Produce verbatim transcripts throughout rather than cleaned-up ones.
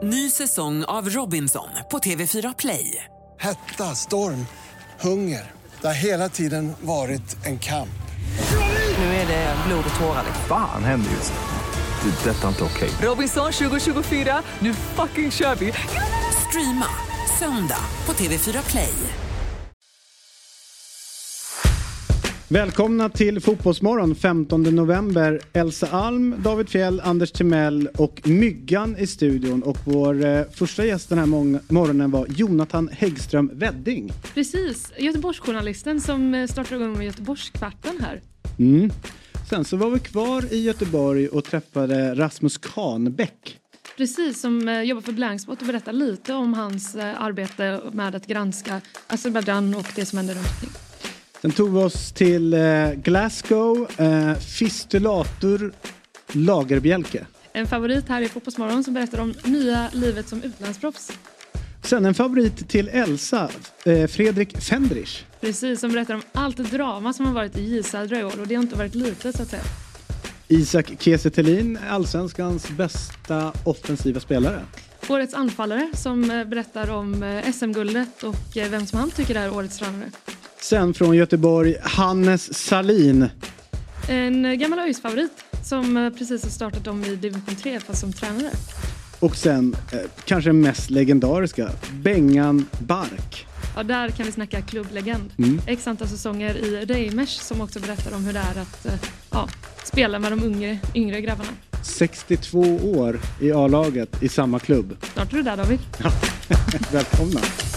Ny säsong av Robinson på T V fyra Play. Hetta, storm, hunger. Det har hela tiden varit en kamp. Nu är det blod och tårar. Fan händer just nu. Det. Detta är inte okej. Okay. Robinson tjugo tjugofyra, nu fucking kör vi. Streama söndag på T V fyra Play. Välkomna till Fotbollsmorgon femtonde november. Elsa Alm, David Fjell, Anders Timell och Myggan i studion. Och vår eh, första gäst den här mång- morgonen var Jonathan Häggström Wedding. Precis, Göteborgsjournalisten som startar igång med Göteborgskvarten här. Mm. Sen så var vi kvar i Göteborg och träffade Rasmus Kahnbäck. Precis, som eh, jobbar för Blankspot och berättar lite om hans eh, arbete med att granska Azerbaijan och det som händer runt omkring. Sen tog vi oss till eh, Glasgow, eh, Fistulator Lagerbjälke. En favorit här i Fotbollsmorgon som berättar om nya livet som utlandsproffs. Sen en favorit till Elsa, eh, Fredrik Fendrich. Precis, som berättar om allt drama som har varit i J Södra i år, och det har inte varit lite så att säga. Isak Kiese Thelin, allsvenskans bästa offensiva spelare. Årets anfallare som eh, berättar om eh, S M-guldet och eh, vem som han tycker är årets tränare. Sen från Göteborg, Hannes Salin. En gammal ÖIS-favorit som precis har startat om i division tre fast som tränare. Och sen, eh, kanske mest legendariska, Bengan Bark. Ja, där kan vi snacka klubblegend. Mm. X antal säsonger i Reimers som också berättar om hur det är att eh, ja, spela med de yngre, yngre grabbarna. sextiotvå år i A-laget i samma klubb. Snart är du där, David. Ja. Välkomna.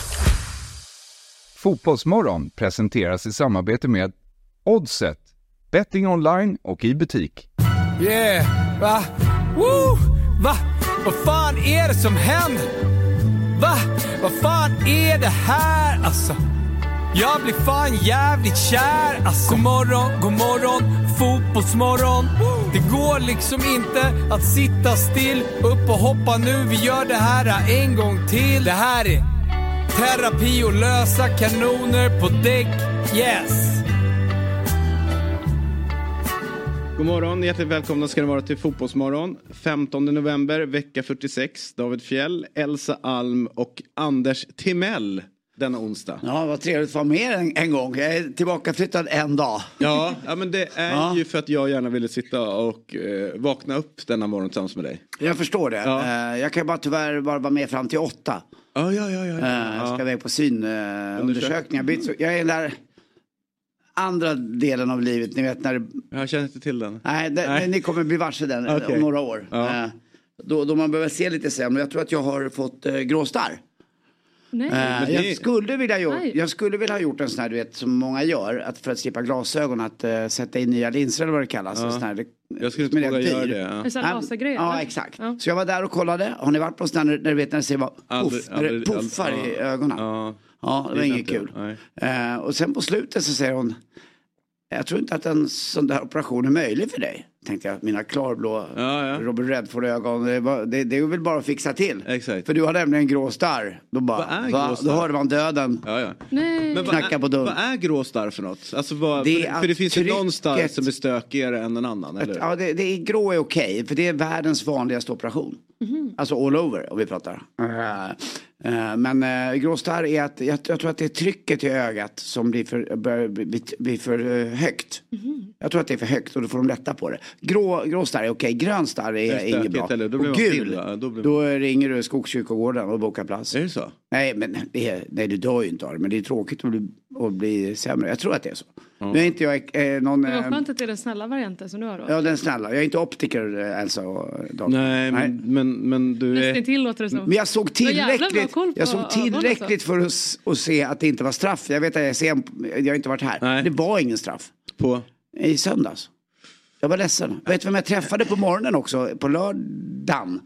Fotbollsmorgon presenteras i samarbete med Oddset, betting online och i butik. Yeah, va? Woo! Va? Vad fan är det som händer? Va? Vad fan är det här? Alltså, jag blir fan jävligt kär. Alltså, god morgon, god morgon, fotbollsmorgon. Det går liksom inte att sitta still. Upp och hoppa nu, vi gör det här en gång till. Det här är terapi och lösa kanoner på däck. Yes. God morgon, hjärtligt välkomna ska det vara till Fotbollsmorgon. femtonde november, vecka fyrtiosex. David Fjell, Elsa Alm och Anders Timell denna onsdag. Ja, vad trevligt att vara med en, en gång. Jag är tillbaka flyttad en dag. Ja, ja men det är ja. ju för att jag gärna ville sitta och eh, vakna upp denna morgon tillsammans med dig. Jag förstår det. Ja. Uh, jag kan bara tyvärr bara vara med fram till åtta. Ja, ja, ja. ja, ja. Uh, jag ska iväg på synundersökningar. Uh, jag är där andra delen av livet, ni vet när det... Jag känner inte till den. Nej, det, Nej. ni kommer bli varse den okay. om några år. Ja. Uh, då, då man behöver se lite sämre. Jag tror att jag har fått uh, gråstarr. Nej. Uh, jag, skulle vilja gjort, jag skulle vilja ha gjort en sån här, du vet, som många gör, att för att slippa glasögon, att uh, sätta in nya linser eller vad det kallas. Ja. Sån här, det, jag skulle inte våga göra det. Ja, så lasergrejer, ja exakt. Ja. Så jag var där och kollade. Har ni varit på sån här, när du vet när det ser bara puff, när det puffar aldrig, i ögonen? Ja, ja det var inget kul. Uh, och sen på slutet så säger hon, jag tror inte att en sån där operation är möjlig för dig. Tänkte jag, mina klarblå ja, ja. Robert Redford-ögon. Det, var, det, det är väl bara att fixa till. Exakt. För du har nämligen en grå starr. Då bara, vad är va? Då hörde man döden. Ja, ja. Nej. Men knacka är, på dörren. Vad är grå starr för något? Alltså, vad, det för, för det finns trycket, ju någon starr som är stökigare än en annan, eller? Ja, det, det är, grå är okej. För det är världens vanligaste operation. Mm. Alltså all over, om vi pratar. Uh, uh, men uh, grå starr är att, jag, jag tror att det är trycket i ögat som blir för, bör, blir, blir för uh, högt. Mm. Jag tror att det är för högt och då får de lätta på det. Grå, grå starr är okej, grön starr är, är inget bra. Eller, då och gul, till, då, blir... då ringer du Skogskyrkogården och bokar plats. Är det så? Nej, men det är, nej, du dör ju inte av det, men det är tråkigt att bli, att bli sämre. Jag tror att det är så. Mm. Nu är inte jag eh, någon... Det var skönt att det är den snälla varianten som du har då. Ja, den snälla. Jag är inte optiker, Elsa och Dag. Nej, nej. Men, men, men du är... Det tillåter det så. Men jag såg tillräckligt, jag såg tillräckligt för att, att se att det inte var straff. Jag vet att jag, ser, jag har inte varit här. Nej. Det var ingen straff. På? I söndags. Jag var ledsen. Vet du vem jag träffade på morgonen också? På lördagen.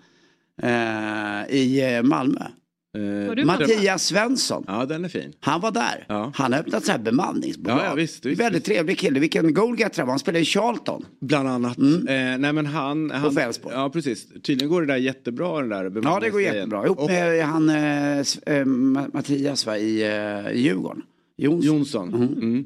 Eh, I Malmö. Eh, Mattias Svensson. Ja, den är fin. Han var där. Ja. Han har öppnat så här bemanningsbolag. Ja, ja, visst, visst, väldigt visst. trevlig kille. Vilken goalgetter. Han spelar i Charlton. Bland annat. Mm. Eh, nej men han... han Fälsborg. Ja, precis. Tydligen går det där jättebra, den där. Ja, det går jättebra. Ihop och, med han eh, Mattias va, i, eh, i Djurgården. Jonsson. Jonsson. Mm. Mm.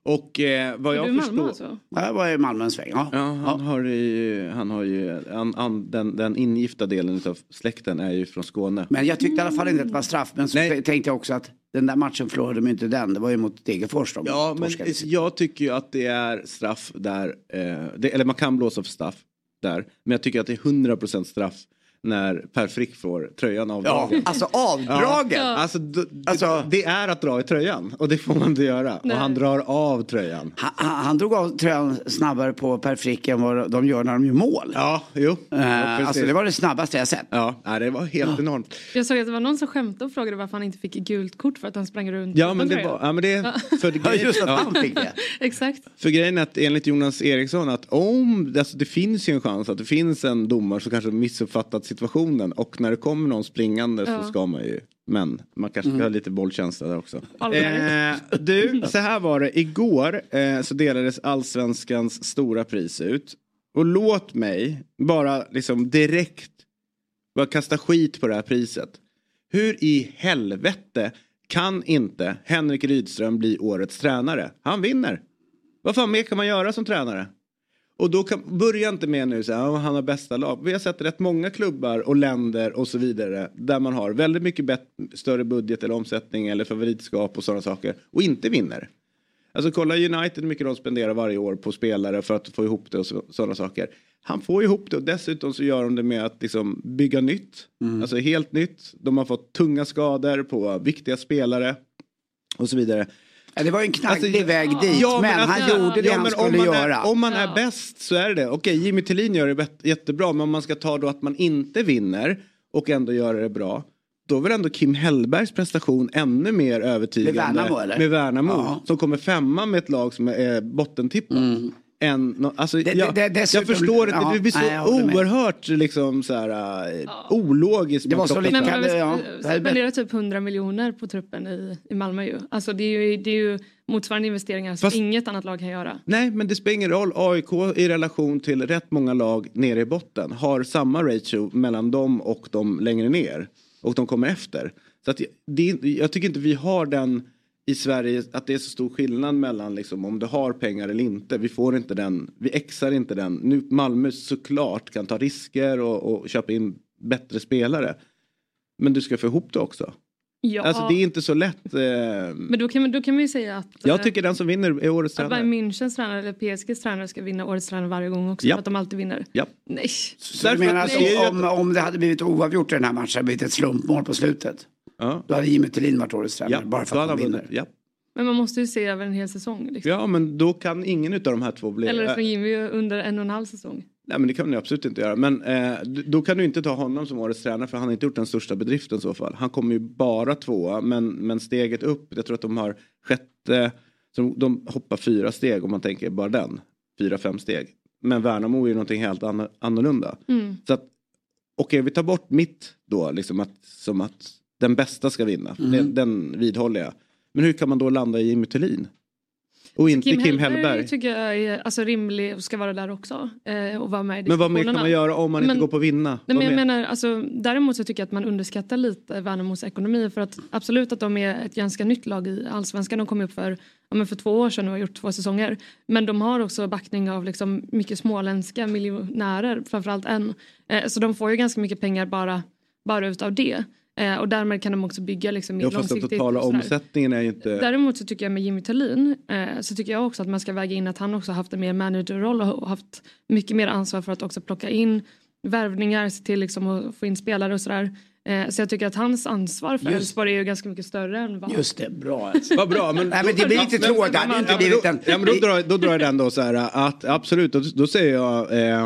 Och eh, vad jag du förstår... Malmö alltså? Ja, jag var i Malmö en sväng. Ja, ja han, ja. Har ju, han har ju... Han, han, den, den ingifta delen av släkten är ju från Skåne. Men jag tyckte i alla fall inte att det var straff. Men så Nej. tänkte jag också att den där matchen förlorade de inte den. Det var ju mot Degerfors. Ja, men jag tycker ju att det är straff där. Eh, det, eller man kan blåsa för straff där. Men jag tycker att det är hundra procent straff när Per Frick får tröjan avdragen. Ja, alltså avdragen. Ja. Alltså, d- alltså, det är att dra i tröjan. Och det får man inte göra. Nej. Och han drar av tröjan. Han, han, han drog av tröjan snabbare på Per Frick än vad de gör när de gör mål. Ja, jo. Uh, ja, alltså det var det snabbaste jag sett. Ja, det var helt ja. enormt. Jag såg att det var någon som skämtade och frågade varför han inte fick gult kort för att han sprang runt. Ja, men det var... Ja, men det för ja, just att ja. han fick det. Exakt. För grejen är att enligt Jonas Eriksson att om... Alltså det finns ju en chans att det finns en domare som kanske missuppfattat situationen. Och när det kommer någon springande ja. så ska man ju... Men man kanske ska mm. ha lite bollkänsla där också. Eh, du, så här var det. Igår eh, så delades Allsvenskans stora pris ut. Och låt mig bara liksom direkt bara kasta skit på det här priset. Hur i helvete kan inte Henrik Rydström bli årets tränare? Han vinner. Vad fan mer kan man göra som tränare? Och då kan, börja inte med nu så här, han har bästa lag. Vi har sett rätt många klubbar och länder och så vidare där man har väldigt mycket bet- större budget eller omsättning eller favoritskap och sådana saker och inte vinner. Alltså kolla United hur mycket de spenderar varje år på spelare för att få ihop det och så, sådana saker. Han får ihop det och dessutom så gör de det med att liksom bygga nytt. Mm. Alltså helt nytt. De har fått tunga skador på viktiga spelare och så vidare. Ja, det var en knacklig alltså, väg dit, ja, men, men han ja, gjorde det ja, han skulle om man göra. Är, om man är ja. bäst så är det. Okej, Jimmy Tillin gör det jättebra, men om man ska ta då att man inte vinner och ändå göra det bra, då var ändå Kim Hellbergs prestation ännu mer övertygande. Med Värnamo, eller? Med Värnamo, ja. som kommer femma med ett lag som är bottentippat. Mm. En, alltså, det, jag, det, dessutom, jag förstår inte, ja, det blir så nej, oerhört liksom, så här, ja. ologiskt. Det var så lite, men kan man ja. spenderar typ hundra miljoner på truppen i, i Malmö ju. Alltså det är ju, det är ju motsvarande investeringar som Fast, inget annat lag kan göra. Nej, men det spelar ingen roll. A I K i relation till rätt många lag nere i botten har samma ratio mellan dem och de längre ner. Och de kommer efter. Så att det, jag tycker inte vi har den i Sverige att det är så stor skillnad mellan liksom, om du har pengar eller inte. Vi får inte den, vi exar inte den. Nu Malmö såklart kan ta risker och, och köpa in bättre spelare. Men du ska få ihop det också. Ja. Alltså det är inte så lätt. Eh... Men då kan, man, då kan man ju säga att... Jag tycker den som vinner är årets tränare. Att Bayern Münchens tränare eller P S G:s tränare ska vinna årets tränare varje gång också. Ja. För att de alltid vinner. Ja. Nej. Så du menar alltså, om, om det hade blivit oavgjort i den här matchen, hade blivit ett slumpmål på slutet. Ja. Då hade Jimmy Tillin varit årets tränare. Ja. Bara för att de vinner. Ja. Men man måste ju se över en hel säsong. Liksom. Ja, men då kan ingen av de här två bli... Eller från Jimmy under en och en halv säsong. Nej, men det kan man absolut inte göra. Men eh, då kan du inte ta honom som årets tränare, för han har inte gjort den största bedriften i så fall. Han kommer ju bara tvåa, men, men steget upp, jag tror att de har sjätte, så de hoppar fyra steg om man tänker bara den. Fyra, fem steg. Men Värnamo är ju någonting helt ann- annorlunda. Mm. Så att, okej, okay, vi tar bort mitt då, liksom att, som att den bästa ska vinna. Mm. Den, den vidhåller jag. Men hur kan man då landa i Jimmy Tillin? Och inte Kim, Kim Hellberg. Hellberg tycker jag är alltså, rimlig och ska vara där också. Eh, och vara med i men vad mer kan man göra om man men, inte går på att vinna? Nej, men jag menar, alltså, däremot så tycker jag att man underskattar lite Värnamos ekonomi. För att absolut att de är ett ganska nytt lag i Allsvenskan. De kom upp för, ja, men för två år sedan och har gjort två säsonger. Men de har också backning av liksom, mycket småländska miljonärer. Framförallt en. Eh, så de får ju ganska mycket pengar bara, bara utav det. Eh, och därmed kan de också bygga liksom, ja, fast den totala omsättningen är ju inte... Däremot så tycker jag med Jimmy Tillin eh, så tycker jag också att man ska väga in att han också haft en mer managerroll och haft mycket mer ansvar för att också plocka in värvningar, se till liksom att få in spelare och sådär. Eh, så jag tycker att hans ansvar för Elfsborg är ju ganska mycket större än vad... Just det, bra alltså. Vad bra, men... Nej, men det blir lite tråkigt. Ja, men då, ja, men då, drar, då drar jag den då så här att absolut, då, då säger jag... Eh,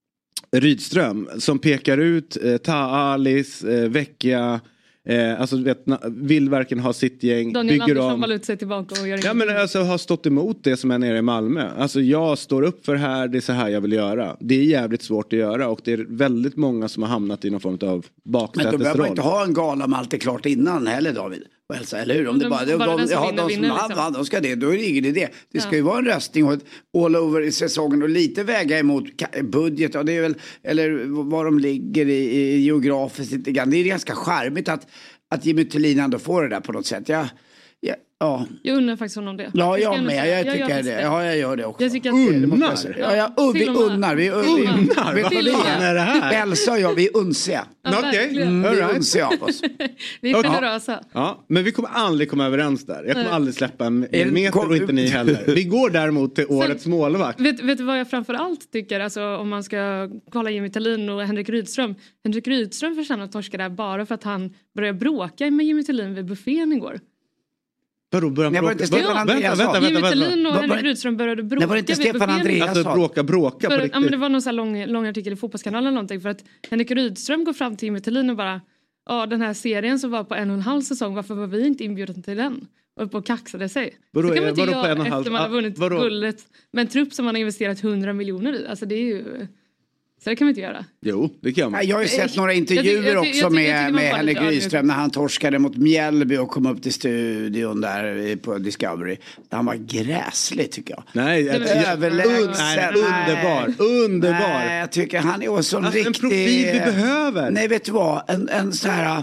Rydström som pekar ut eh, Taalis, eh, Vecchia, eh, alltså vet, vill verkligen ha sitt gäng, Daniel bygger Andersson om. var ut sig tillbaka och gör ja, men alltså har stått emot det som är nere i Malmö. Alltså jag står upp för här, det är så här jag vill göra. Det är jävligt svårt att göra och det är väldigt många som har hamnat i någon form av baksätesroll. Men då behöver man inte ha en gala om allt är klart innan heller, David. Elsa, eller hur? Om de, det bara, de, bara de, de, ja, de som vinner, han, liksom. de ska det, då är det ingen idé. Det ska ja. ju vara en röstning och ett all over i säsongen och lite väga emot budget. Ja, det är väl, eller var de ligger i, i geografiskt lite grann. Det är ganska charmigt att, att Jimmy Tillin ändå får det där på något sätt. Jag, jag, Ja. Jag undrar faktiskt honom det. Ja, jag jag med. Jag, jag tycker jag det. Ja, jag gör det också. Jag tycker att unnar. Ja, ja, uh, vi unnar. Vi unnar. Vad fan är det här? Elsa och jag, vi är unsiga. Ja, Okej, okay. Mm, all vi är right. unsiga av oss. Vi är generösa. Ja, men vi kommer aldrig komma överens där. Jag kommer Nej. aldrig släppa en Är det- meter kom- och inte ni heller. Vi går däremot till årets målvakt. Vet, vet du vad jag framförallt tycker? Alltså, om man ska kolla Jimmy Tillin och Henrik Rydström. Henrik Rydström förtjänar att torska där bara för att han började bråka med Jimmy Tillin vid buffén igår. Vadå, börjar Nej, var det inte Stefan Vänta, Andreasson? vänta, vänta, Jimmy vänta. Tillin och Var- Henrik var- Rydström började bråka Nej, var det inte vid Stefan buffén. Andreasson? Alltså bråka, bråka på För, riktigt. ja, men det var någon så här lång, lång artikel i Fotbollskanalen eller någonting. För att Henrik Rydström går fram till Jimmy Tillin och bara, ja, den här serien som var på en och en halv säsong, varför var vi inte inbjuden till den? Och på kaxade sig. Vadå, Så kan man är- inte vadå på göra en och en halv- efter man har ah, vunnit vadå? guldet med en trupp som man har investerat hundra miljoner i. Alltså det är ju, så det kan man inte göra. Jo, det kan man. Nej, jag har ju sett några Jag tycker- intervjuer jag tycker- också jag tycker- jag med, tycker man med var Henrik lite ödmjuk. Rydström när han torskade mot Mjällby och kom upp till studion där på Discovery. Han var gräslig tycker jag. Nej, Det var- jag- Överlägsen. un- nej, underbar, underbar. Nej, jag tycker han är också en Alltså, en riktig... profil vi behöver. Nej, vet du vad? En, en så här...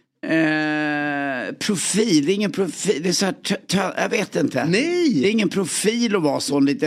Eh, profil, det är ingen profil, det är så här, t- t- jag vet inte. Nej. Det är ingen profil att vara sån lite,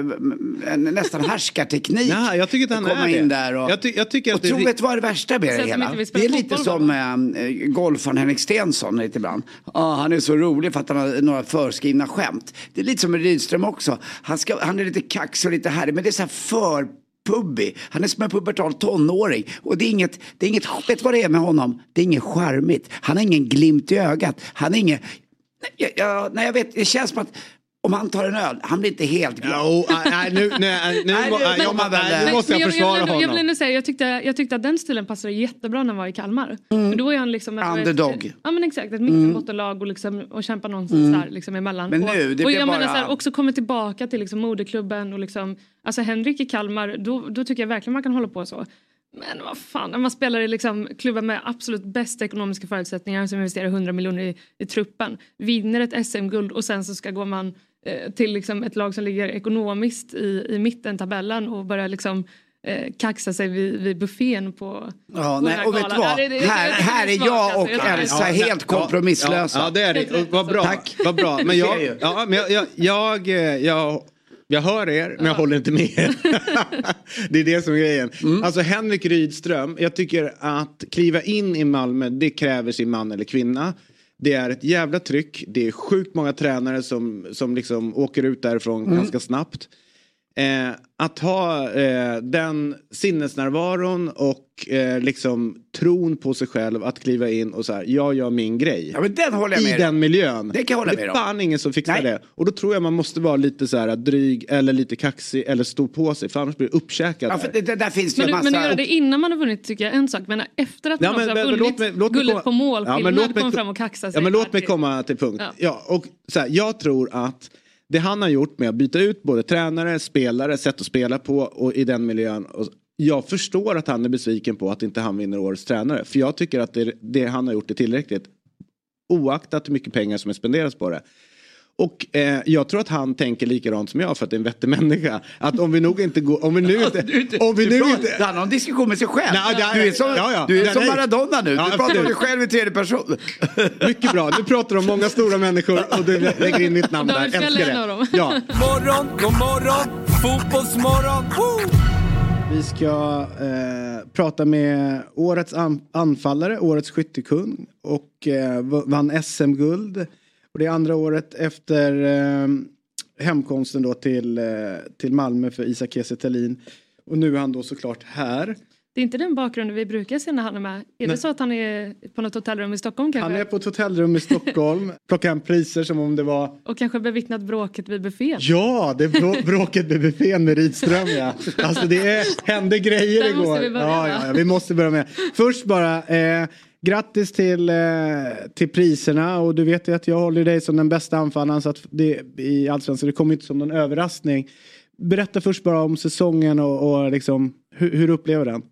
eh, en, nästan härskarteknik. Nej, jag tycker att han Att komma är det. in där och, Jag ty- jag tycker att och det är tro, ri- vet du vad är det värsta med Så det att de hela? inte vill Det spela är lite fotboll, som äh, golfaren Henrik Stensson lite ibland. Ah, han är så rolig för att han har några förskrivna skämt. Det är lite som med Rydström också. Han, ska, han är lite kaxig och lite härlig, men det är så här för pubbig. Han är som en pubertal tonåring. Och det är inget, det är inget, vet du vad det är med honom? Det är inget charmigt. Han har ingen glimt i ögat. Han är ingen, jag, jag, nej jag vet, det känns som att om han tar en öl, han blir inte helt glad. Jo, nej, nu, nu, nu, Nej, nu- nej, jag, men- nej, nu måste Men jag försvara jag, jag, jag, honom. vill ändå säga, jag, tyckte, jag tyckte att den stilen passade jättebra när han var i Kalmar. Mm. Men då är han liksom ett, Underdog. Ett, ja men exakt, ett mittenbottenlag och, liksom, och kämpa någonstans där liksom emellan. Men nu, det och, och blir jag bara- menar så här, också kommer tillbaka till liksom moderklubben och liksom, alltså Henrik i Kalmar, då, då tycker jag verkligen man kan hålla på så. Men vad fan, när man spelar i liksom klubbar med absolut bästa ekonomiska förutsättningar som investerar hundra miljoner i, i truppen, vinner ett S M-guld och sen så ska gå man eh, till liksom ett lag som ligger ekonomiskt i, i mitten tabellen och börjar liksom eh, kaxa sig vid, vid buffén på, Ja, på nej, den här och vet du galan. vad? Ja, det- det- här, jag tycker här det är svagt, jag alltså. och Jag tycker- Elsa helt kompromisslösa. Ja, ja, det är det. Och vad bra. Tack. Vad bra. Men ser jag, ju. ja, men jag, jag, jag, jag, jag hör er, men jag håller inte med er. Det är det som är grejen. Mm. Alltså Henrik Rydström, jag tycker att kliva in i Malmö, det kräver sin man eller kvinna. Det är ett jävla tryck. Det är sjukt många tränare som, som liksom åker ut därifrån Mm. ganska snabbt. Eh, att ha eh, den sinnesnärvaron och eh, liksom tron på sig själv att kliva in och så här, jag gör min grej. Ja, men den håller jag I med den miljön. Det kan jag hålla det med är om. fan ingen som fixar Nej. det. Och då tror jag man måste vara lite så här dryg eller lite kaxig eller stå på sig. För annars blir det uppkäkad. Ja, för det, det, där finns det Men, ju du, massa... men att göra det innan man har vunnit tycker jag är en sak. Men efter att man Ja, men- också har men- vunnit låt mig- låt mig guldet komma- på målskillnad, Ja, men låt mig kommer ko- fram och kaxa sig. Ja, men låt mig Det- komma till punkt. Ja. Ja, och så här, jag tror att det han har gjort med att byta ut både tränare, spelare, sätt att spela på och i den miljön. Och jag förstår att han är besviken på att inte han vinner årets tränare. För jag tycker att det, det han har gjort är tillräckligt. Oaktat hur mycket pengar som är spenderas på det. Och eh, jag tror att han tänker likadant som jag för att det är en vettig människa. Att om vi nog inte går, om vi nu inte... Om vi Du nu pratar- inte... Han har en diskussion med sig själv. Nej, det- du är som, ja, ja. du är Ja, som nej. Maradona nu. Du Ja, pratar om absolut. dig själv i tredje person. Mycket bra, du pratar om många stora människor och du lägger in mitt namn där. David Fjäll är Älskar en av det. dem. Ja. Morgon, god morgon, fotbollsmorgon. Woo! Vi ska eh, prata med årets an- anfallare, årets skyttekung och eh, v- vann S M-guld. Och det är andra året efter eh, hemkomsten då till, eh, till Malmö för Isak Kiese Thelin. Och nu är han då såklart här. Det är inte den bakgrunden vi brukar se när han är med. Är Nej. det så att han är på något hotellrum i Stockholm kanske? Han är på ett hotellrum i Stockholm. Plockar hem priser som om det var... Och kanske bevittnat bråket vid buffén. Ja, det är brå- bråket med buffén med Rydström, ja. Alltså det är, hände grejer Där igår. måste vi börja, ja, va? ja, ja, vi måste börja med. Först bara, eh, grattis till, eh, till priserna. Och du vet ju att jag håller dig som den bästa anfallaren så att det, i Allsvenskan, det kommer inte som någon överraskning. Berätta först bara om säsongen och, och liksom, hur, hur du upplever den.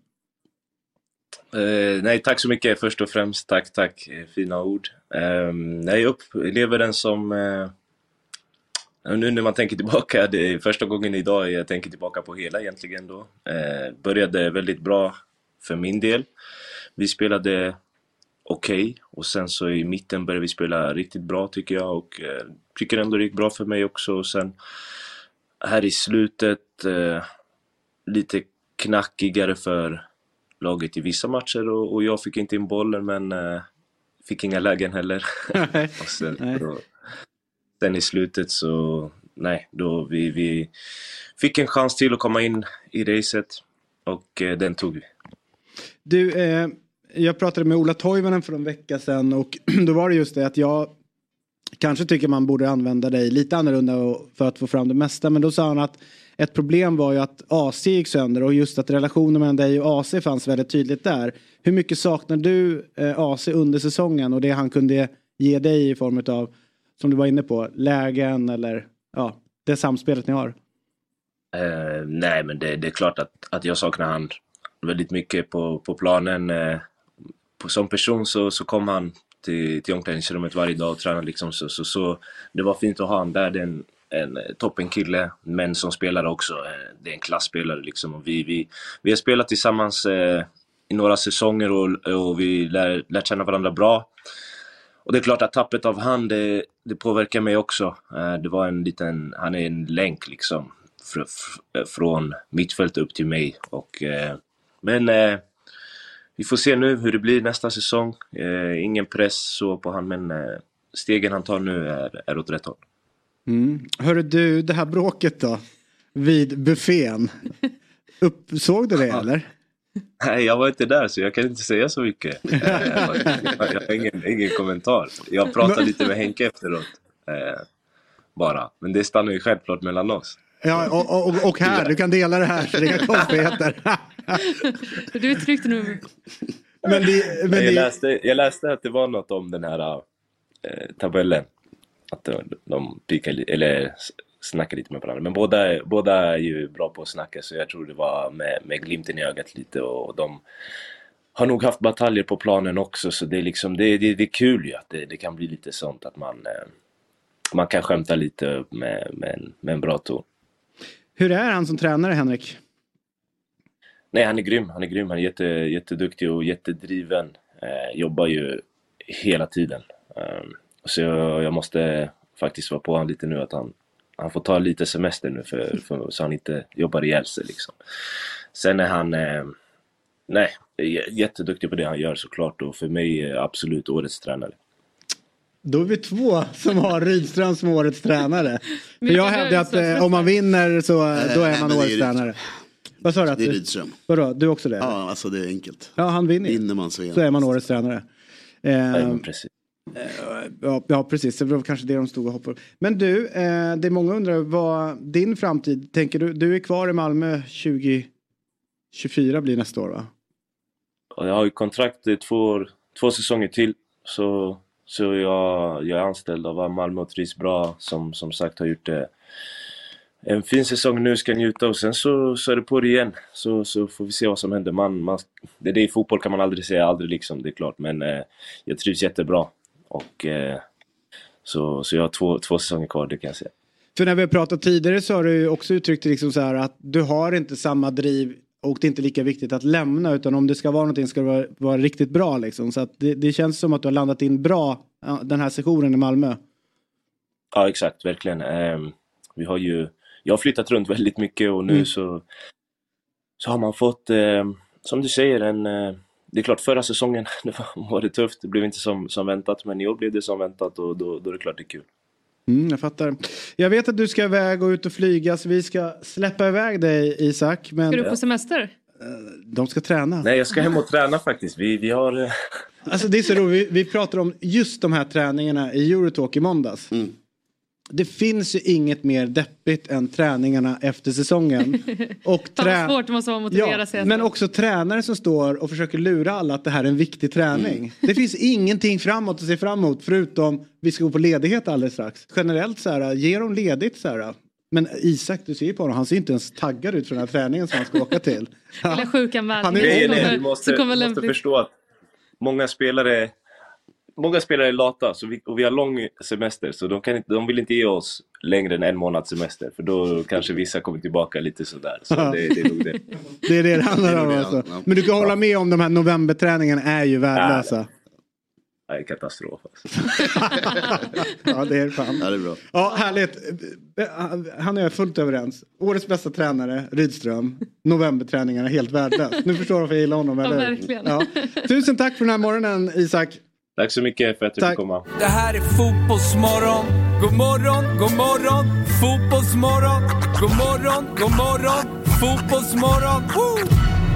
Eh, nej, tack så mycket först och främst. Tack, tack. Eh, Fina ord. Eh, nej, jag upplever den som... Eh, nu när man tänker tillbaka, det är första gången idag jag tänker tillbaka på hela egentligen då. Eh, började väldigt bra för min del. Vi spelade okej. Okay. Och sen så i mitten började vi spela riktigt bra tycker jag. Och eh, tycker ändå det gick bra för mig också. Och sen här i slutet eh, lite knackigare för laget i vissa matcher. Och, och jag fick inte in bollen men eh, fick inga lägen heller. Och sen, då, sen i slutet så nej, då vi, vi fick en chans till att komma in i racet. Och eh, den tog vi. Du, eh, jag pratade med Ola Toivonen för en vecka sedan och då var det just det att jag kanske tycker man borde använda dig lite annorlunda för att få fram det mesta. Men då sa han att ett problem var ju att A C gick sönder och just att relationen mellan dig och A C fanns väldigt tydligt där. Hur mycket saknar du eh, A C under säsongen och det han kunde ge dig i form av, som du var inne på, lägen eller ja, det samspelet ni har? Uh, nej, men det, det är klart att, att jag saknar han väldigt mycket på, på planen. Uh, på, som person så, så kom han till, till omklädningsrummet varje dag och tränade liksom så, så, så det var fint att ha han där. Det är en, en toppen kille, men som spelare också. Uh, det är en klassspelare liksom. Och vi, vi, vi har spelat tillsammans uh, i några säsonger och, och vi lär, lär känna varandra bra. Och det är klart att tappet av han, det, det påverkar mig också. Uh, det var en liten, han är en länk liksom. Fr- fr- från mittfält upp till mig och, eh, men eh, vi får se nu hur det blir nästa säsong. eh, ingen press så på han, men eh, stegen han tar nu är, är åt rätt håll. Mm. Hörru du, det här bråket då vid buffén, uppsåg du det eller? Nej, jag var inte där så jag kan inte säga så mycket. jag, jag, jag har ingen, ingen kommentar. Jag pratade lite med Henke efteråt eh, bara, men det stannar ju självklart mellan oss. Ja, och, och, och här, du kan dela det här så det är inga konstigheter. Du är tryggt nu. Men det, men jag, det... läste, jag läste att det var något om den här äh, tabellen. Att de, de pikar, eller snackar lite med varandra. Men båda, båda är ju bra på att snacka, så jag tror det var med, med glimten i ögat lite. Och de har nog haft bataljer på planen också, så det är, liksom, det, det, det är kul ju att det, det kan bli lite sånt att man, äh, man kan skämta lite med, med, en, med en bra ton. Hur är han som tränare, Henrik? Nej, han är grym. Han är grym. Han är jätte, jätteduktig och jättedriven. Eh, jobbar ju hela tiden. Eh, så jag, jag måste faktiskt vara på honom lite nu att han, han får ta lite semester nu för, för, så han inte jobbar ihjäl sig liksom. Sen är han eh, nej, jätteduktig på det han gör såklart, och för mig är absolut årets tränare. Då är vi två som har Rydström som årets tränare. För jag hävdar att eh, om man vinner så då är man årets tränare. Vad sa du? Att det är Rydström. Vadå? Du också det? Ja, alltså det är enkelt. Ja, han vinner. Vinner man så, så är man årets tränare. Eh, ja, precis. Eh, ja, ja, precis. Det var kanske det de stod och hoppade. Men du, eh, det är många undrar vad din framtid, tänker du? Du är kvar i Malmö tjugo tjugofyra blir nästa år, va? Jag har ju kontrakt två, två säsonger till, så Så jag, jag är anställd av Malmö och trivs bra. Som, som sagt har gjort det en fin säsong nu, ska njuta. Och sen så, så är det på det igen. Så, så får vi se vad som händer. Man, man, det är det i fotboll kan man aldrig säga aldrig liksom, det är klart. Men eh, jag trivs jättebra. Och eh, så, så jag har två, två säsonger kvar, det kan jag säga. För när vi har pratat tidigare så har du också uttryckt liksom så här att du har inte samma driv. Och det är inte lika viktigt att lämna, utan om det ska vara någonting ska det vara, vara riktigt bra liksom. Så att det, det känns som att du har landat in bra den här sessionen i Malmö. Ja, exakt, verkligen. Um, vi har ju, jag har flyttat runt väldigt mycket och nu mm. så, så har man fått, um, som du säger, en, uh, det är klart förra säsongen det var, var det tufft, det blev inte som, som väntat, men i år blev det som väntat och då, då är det klart det är kul. Mm, jag fattar. Jag vet att du ska iväg och ut och flyga, så vi ska släppa iväg dig, Isak. Men... Ska du på semester? De ska träna. Nej, jag ska hem och träna faktiskt. Vi, vi har... Alltså det är så roligt. Vi, vi pratar om just de här träningarna i Eurotalk i måndags. Mm. Det finns ju inget mer deppigt än träningarna efter säsongen. Och trä... svårt måste man motivera ja, sig. Men också tränare som står och försöker lura alla att det här är en viktig träning. Mm. Det finns ingenting framåt att se fram emot förutom vi ska gå på ledighet alldeles strax. Generellt så här, ge dem ledigt så här. Men Isak, du ser på honom, han ser inte ens taggad ut för den här träningen som han ska åka till. Eller sjukan värld. Han är nej, nej, du måste, måste förstå att många spelare många spelare är lata, så vi, och vi har lång semester, så de, kan inte, de vill inte ge oss längre än en månads semester, för då kanske vissa kommer tillbaka lite sådär. Så det, det är nog det. Det är det det handlar om alltså. Men du kan hålla med om de här novemberträningarna är ju värdelösa. det är katastrof. Alltså. Ja, det är fan. Ja, det är bra. Ja, härligt. Han och jag är fullt överens. Årets bästa tränare, Rydström. Novemberträningarna helt värdelöst. Nu förstår jag varför jag gillar honom. Ja, eller? verkligen. Ja. Tusen tack för den här morgonen, Isak. Tack så mycket för att du fick komma. Det här är Fotbollsmorgon. God morgon, god morgon. Fotbollsmorgon. God morgon, god morgon. Fotbollsmorgon. Woo!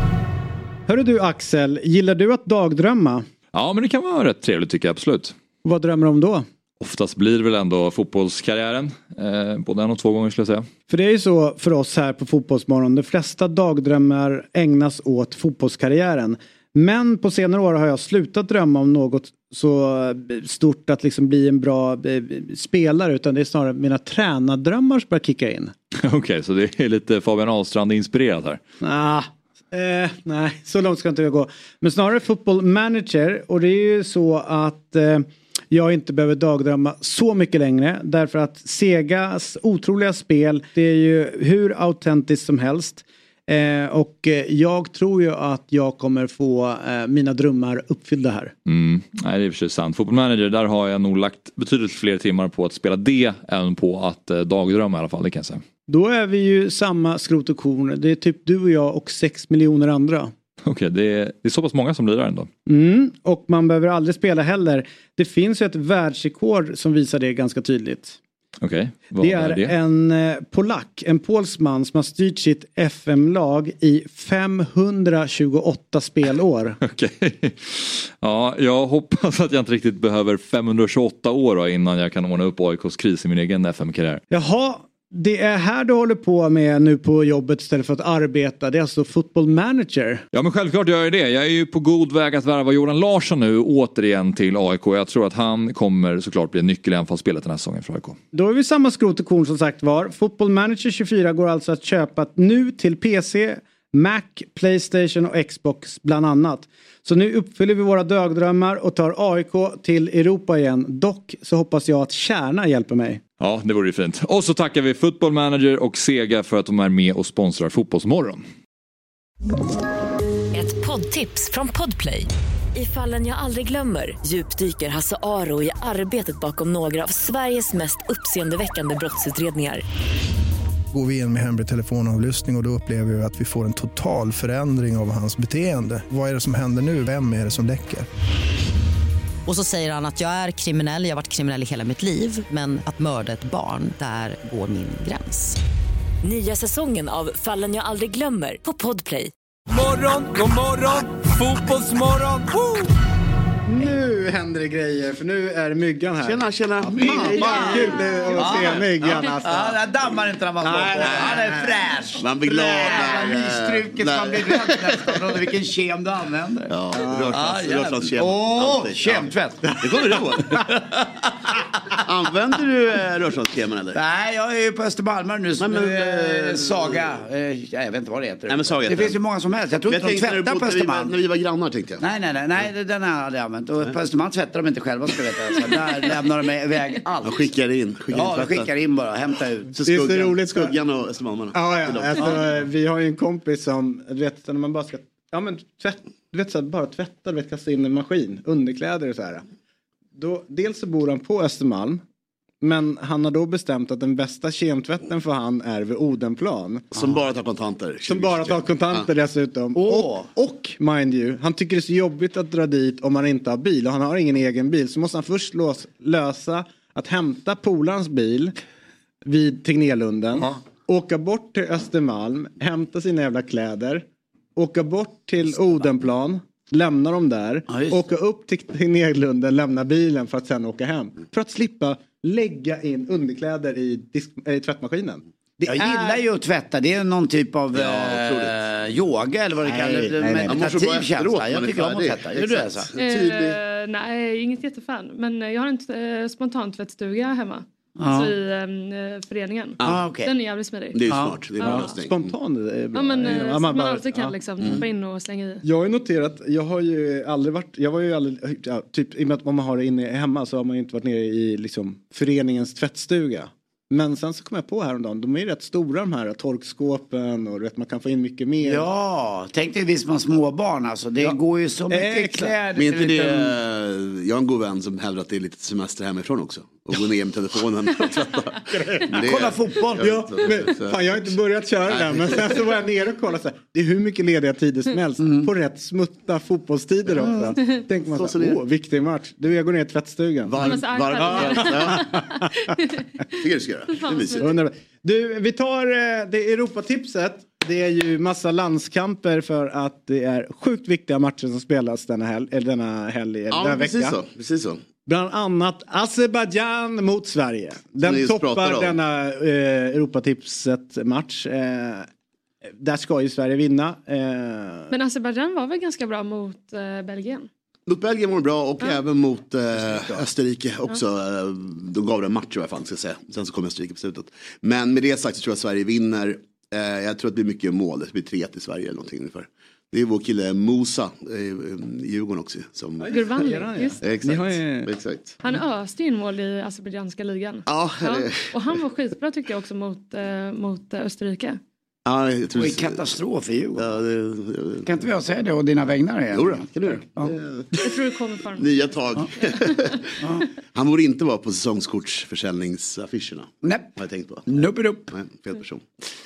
Hörru du Axel, gillar du att dagdrömma? Ja, men det kan vara rätt trevligt tycker jag, absolut. Vad drömmer du om då? Oftast blir det väl ändå fotbollskarriären. Eh, både en och två gånger skulle jag säga. För det är ju så för oss här på Fotbollsmorgon. De flesta dagdrömmar ägnas åt fotbollskarriären. Men på senare år har jag slutat drömma om något så stort att liksom bli en bra spelare. Utan det är snarare mina tränardrömmar som börjar kicka in. Okej, okay, så det är lite Fabian Ahlstrand inspirerat här. Ah. Eh, nej, så långt ska inte jag gå. Men snarare football manager. Och det är ju så att eh, jag inte behöver dagdrömma så mycket längre. Därför att Segas otroliga spel, det är ju hur autentiskt som helst. Eh, och eh, jag tror ju att jag kommer få eh, mina drömmar uppfyllda här. Mm. Nej, det är för sig sant. Football manager, där har jag nog lagt betydligt fler timmar på att spela det än på att eh, dagdrömma i alla fall, det kan jag säga. Då är vi ju samma skrot och korn. Det är typ du och jag och sex miljoner andra. Okej, okay, det, är, det är så pass många som blir där ändå. Mm, och man behöver aldrig spela heller. Det finns ju ett världsrekord som visar det ganska tydligt. Okej, okay, det är, är det? en eh, polack, en polsman som har styrt sitt F M-lag i femhundratjugoåtta spelår. Okej. Okay. Ja, jag hoppas att jag inte riktigt behöver femhundratjugoåtta år då, innan jag kan ordna upp A I K:s kris i min egen F M-karriär. Jaha, det är här du håller på med nu på jobbet istället för att arbeta. Det är alltså football manager. Ja, men självklart gör jag det. Jag är ju på god väg att värva Jordan Larsson nu återigen till A I K. Jag tror att han kommer såklart bli en nyckel i anfallsspelet den här säsongen för A I K. Då är vi samma skrot och korn som sagt var. Football manager tjugofyra går alltså att köpa nu till P C, Mac, PlayStation och Xbox bland annat. Så nu uppfyller vi våra dagdrömmar och tar A I K till Europa igen. Dock så hoppas jag att Kärna hjälper mig. Ja, det vore ju fint. Och så tackar vi Football Manager och Sega för att de är med och sponsrar Fotbollsmorgon. Ett poddtips från Podplay. I Fallen jag aldrig glömmer djupdyker Hasse Aro i arbetet bakom några av Sveriges mest uppseendeväckande brottsutredningar. Går vi in med hemlig telefonavlyssning och, och då upplever vi att vi får en total förändring av hans beteende. Vad är det som händer nu? Vem är det som läcker? Och så säger han att jag är kriminell, jag har varit kriminell i hela mitt liv. Men att mörda ett barn, där går min gräns. Nya säsongen av Fallen jag aldrig glömmer på Podplay. Morgon, god morgon, fotbollsmorgon. Woo! Nu händer det grejer, för nu är Myggan här. Tjena, tjena. Ja, Myggan. Kul att se Myggan. Ja, alltså. Ja, det dammar inte när man slår på. Han är fräsch. Man blir glad. Mystruket, man blir rädd nästan. Och vilken kem du använder. Ja, rörslagskem. Åh, kemtvätt. Det kommer du ihåg. Använder du rörslagskemen eller? Nej, jag är ju på Östermalmar nu. Men, nu äh, Saga. Äh, jag vet inte vad det heter. Nej, men Saga det finns ju många som helst. Jag tror inte de tvättar på Östermalm. När vi var grannar tänkte jag. Nej, nej, nej. nej den har jag aldrig använt. Och på Östermalm tvättar de inte själva, ska veta. Alltså, där lämnar de iväg allt. Jag skickar in. Skickar ja, in skickar in bara. Hämta ut. Så skuggan, det är så roligt. Skuggan och Östermalmarna. Ja, ja. Alltså, vi har ju en kompis som, du vet, när man bara ska, ja men tvätt, du vet så här, bara tvätta, du vet, kasta in en maskin, underkläder och så här. Då, dels så bor han på Östermalm. Men han har då bestämt att den bästa kemtvätten för han är vid Odenplan. Som bara tar kontanter. Som bara tar kontanter ja. dessutom. Oh. Och, och, mind you, han tycker det är så jobbigt att dra dit om han inte har bil. Och han har ingen egen bil. Så måste han först lås, lösa att hämta polarns bil vid Tegnérlunden. Uh-huh. Åka bort till Östermalm, hämta sina jävla kläder. Åka bort till Odenplan. Lämna dem där. Ja, åka upp till Tegnérlunden, lämna bilen för att sen åka hem. För att slippa lägga in underkläder i, disk- i tvättmaskinen. Det jag är... gillar ju att tvätta. Det är någon typ av ja, äh, yoga eller vad det kallas. Meditativ känsla. Jag tycker om att tvätta. Gör du alltså? Uh, nej, inget jättefan. Men jag har en uh, spontan tvättstuga hemma. Alltså i um, föreningen. Ah, okay. Den är jävligt smidig. Det är smart. Det är ah. Spontan är bra. Ja, men uh, ja, man, man alltid kan ja. liksom mm. hoppa in och slänga i. Jag har ju noterat, jag har ju aldrig varit, jag var ju aldrig, ja, typ i och med att om man har det inne hemma så har man ju inte varit nere i liksom föreningens tvättstuga. Men sen så kom jag på häromdagen, de är ju rätt stora de här torkskåpen och vet, man kan få in mycket mer. Ja, tänk dig vi som har småbarn alltså. Det ja. går ju så mycket Exakt. kläder. Men inte det jag har en god vän som hävdar att det är lite semester hemifrån också. Och gå ner med telefonen och tvätta. Det... Kolla fotboll. Ja, men, fan, jag har inte börjat köra den. Men sen så var jag nere och kollade så här. Det är hur mycket lediga tider som helst. Mm. På rätt smutta fotbollstider också. Mm. Tänker man så, så åh, viktig match. Du, jag går ner i tvättstugan. Varmt, varmt. Tycker du ska göra. Det är mysigt. Du, vi tar det Europatipset. Det är ju massa landskamper för att det är sjukt viktiga matcher som spelas denna helg, eller denna helg, eller ja, denna precis vecka. Så, precis så. Bland annat Azerbaijan mot Sverige. Den toppar denna eh, Europatipset-match. Eh, där ska ju Sverige vinna. Eh. Men Azerbaijan var väl ganska bra mot eh, Belgien? Mot Belgien var det bra och ja. även mot eh, Österrike också. Ja. De gav det en match i alla fall, ska jag säga. Sen så kom Österrike på slutet. Men med det sagt så tror jag att Sverige vinner. Eh, jag tror att det blir mycket mål. Det blir tre till Sverige eller någonting ungefär. Det är vår kille Musa i Djurgården också. Som... Gurban, just. Exakt. Ju... Exakt. Han öste in mål i azerbaijanska ligan. Ja, ja. Och han var skitbra tycker jag också mot, eh, mot Österrike. Ja, jag tror... Och i katastrof i Djurgården. Ja, det... Kan inte vi säga det och dina vägnar igen? Jo då, kan du. Ja. Jag tror det kommer fram. Nya tag. Ja. Ja. Han borde inte vara på säsongskortsförsäljningsaffischerna. Nej. Har jag tänkt på. Nope, nope. Nej, fel person.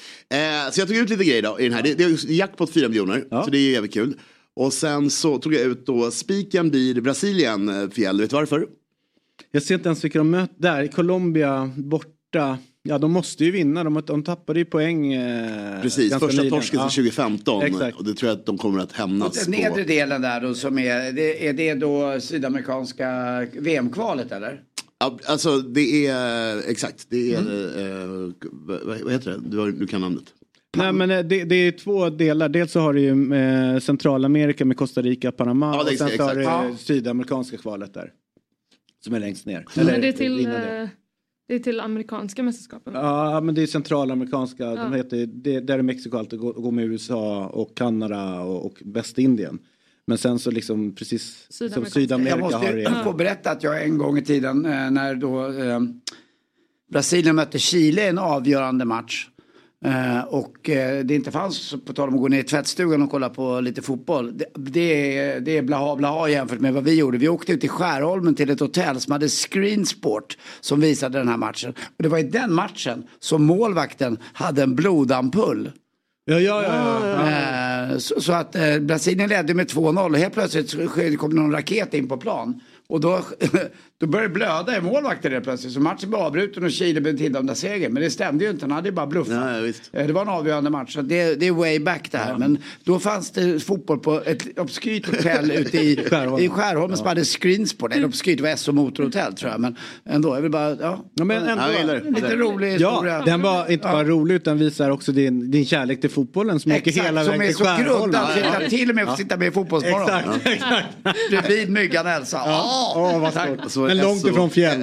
Eh, så jag tog ut lite grejer då i den här. Det, det är jackpot fyra miljoner. Ja. Så det är jävligt kul. Och sen så tog jag ut då spiken blir Brasilien fjäll. Vet du varför? Jag ser inte ens vilka de möter där. Colombia borta. Ja, de måste ju vinna. De, de tappade ju poäng. Eh, Precis, första nyligen. torsken ja. tjugo femton. Exakt. Och det tror jag att de kommer att hämnas på. Den nedre delen där då som är, det, är det då sydamerikanska V M-kvalet eller? Ja, alltså det är, exakt, det är, mm. eh, vad, vad heter det? Du, har, du kan namnet. Nej men det, det är två delar. Dels så har du ju eh, Centralamerika med Costa Rica, Panama. Ja, och sen så har du ja. sydamerikanska kvalet där. Som är längst ner. Eller, men det är till... Det. Det är till amerikanska mästerskapen. Ja, men det är centralamerikanska. Ja. De heter, det, där är Mexiko alltid går, går med U S A och Kanada och, och Västindien. Men sen så liksom precis som Sydamerika jag måste har det. Jag får berätta att jag en gång i tiden när då eh, Brasilien mötte Chile en avgörande match. Uh, och uh, det inte fanns på tal om att gå ner i tvättstugan och kolla på lite fotboll. Det, det, är, det är blaha blaha jämfört med vad vi gjorde. Vi åkte ut i Skärholmen till ett hotell som hade Screensport som visade den här matchen. Och det var i den matchen som målvakten hade en blodampull. Ja, ja, ja. ja. Uh, så, så att uh, Brasilien ledde med två noll och helt plötsligt kom någon raket in på plan. Och då, då började det blöda i målvakten det plötsligt. Så matchen blev avbruten och Chile blev till de där segern. Men det stämde ju inte, han hade ju bara bluffat. Ja, ja, visst. Det var en avgörande match. Så det, det är way back det här. Ja. Men då fanns det fotboll på ett obskyrt hotell ute i Skärholmen, i Skärholmen ja. som hade Screensport. Ett obskyrt, det var S O Motorhotell tror jag. Men ändå, jag vill bara, ja. ja men ändå, ja, lite rolig historia. Ja, den var inte bara ja. rolig utan visar också din, din kärlek till fotbollen som åker hela vägen till Skärholmen. Som är så grundad, ja, ja. till och med får sitta med i fotbollsmorgon. Exakt, ja. exakt. Bredvid Myggan Elsa. Ja. Oh, oh, vad stort. Alltså, men långt ifrån fjäll.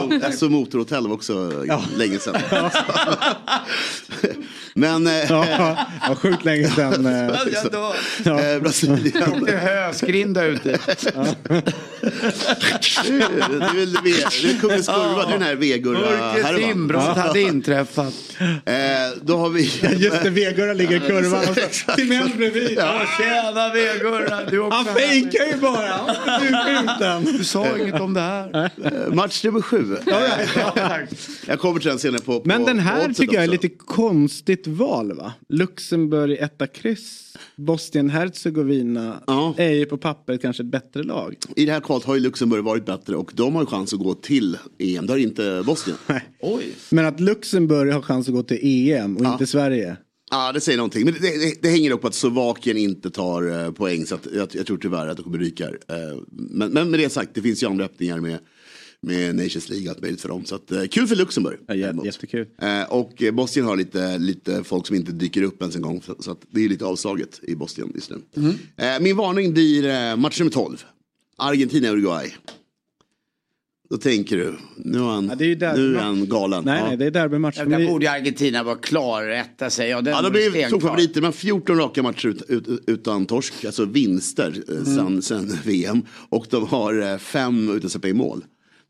S O Motorhotell var också ja. länge sedan. Men... ja, ja, sjukt länge sedan. ja. äh, Brasilien. Åkte höskrinda ute. Du vill du kungens kurva, den här Vegurra härvan. Inbrott hade inträffat. Eh, då har vi... Just det, Vegurra ligger i kurvan. Till mig bredvid. Ja, tjena Vegurra. Han fejkar ju bara. Du sa inget om det här. Eh, match nummer sju. Jag kommer till den senare på, på men den här på tycker jag är också. lite konstigt val va? Luxemburg etta kryss. Bosnien-Herzegovina ja. är ju på papper kanske ett bättre lag. I det här kvalet har ju Luxemburg varit bättre och de har ju chans att gå till E M. Det har inte Bosnien. Oj. Men att Luxemburg har chans att gå till E M och ja. inte Sverige. Ja, det säger någonting. Men det, det, det hänger upp på att Slovakien inte tar uh, poäng. Så att jag, jag tror tyvärr att de kommer ryka. Uh, men, men med det sagt, det finns ju andra öppningar med, med Nations League. Allt möjligt för dem. Så att, uh, kul för Luxemburg. Ja, jättekul. Uh, och uh, Bosnien har lite, lite folk som inte dyker upp ens en gång. Så, så att det är lite avslaget i Bosnien just nu. Mm. Uh, min varning blir uh, match nummer tolv. Argentina-Uruguay. Då tänker du, nu är han, ja, är nu är han galen. Nej, ja. nej, det är derbymatch. Ja, där borde Argentina vara klar, rätta sig. Ja, ja, de blir två favoriter, men fjorton raka matcher ut, ut, utan torsk. Alltså vinster mm. sen, sen V M. Och de har fem utan släppa i mål.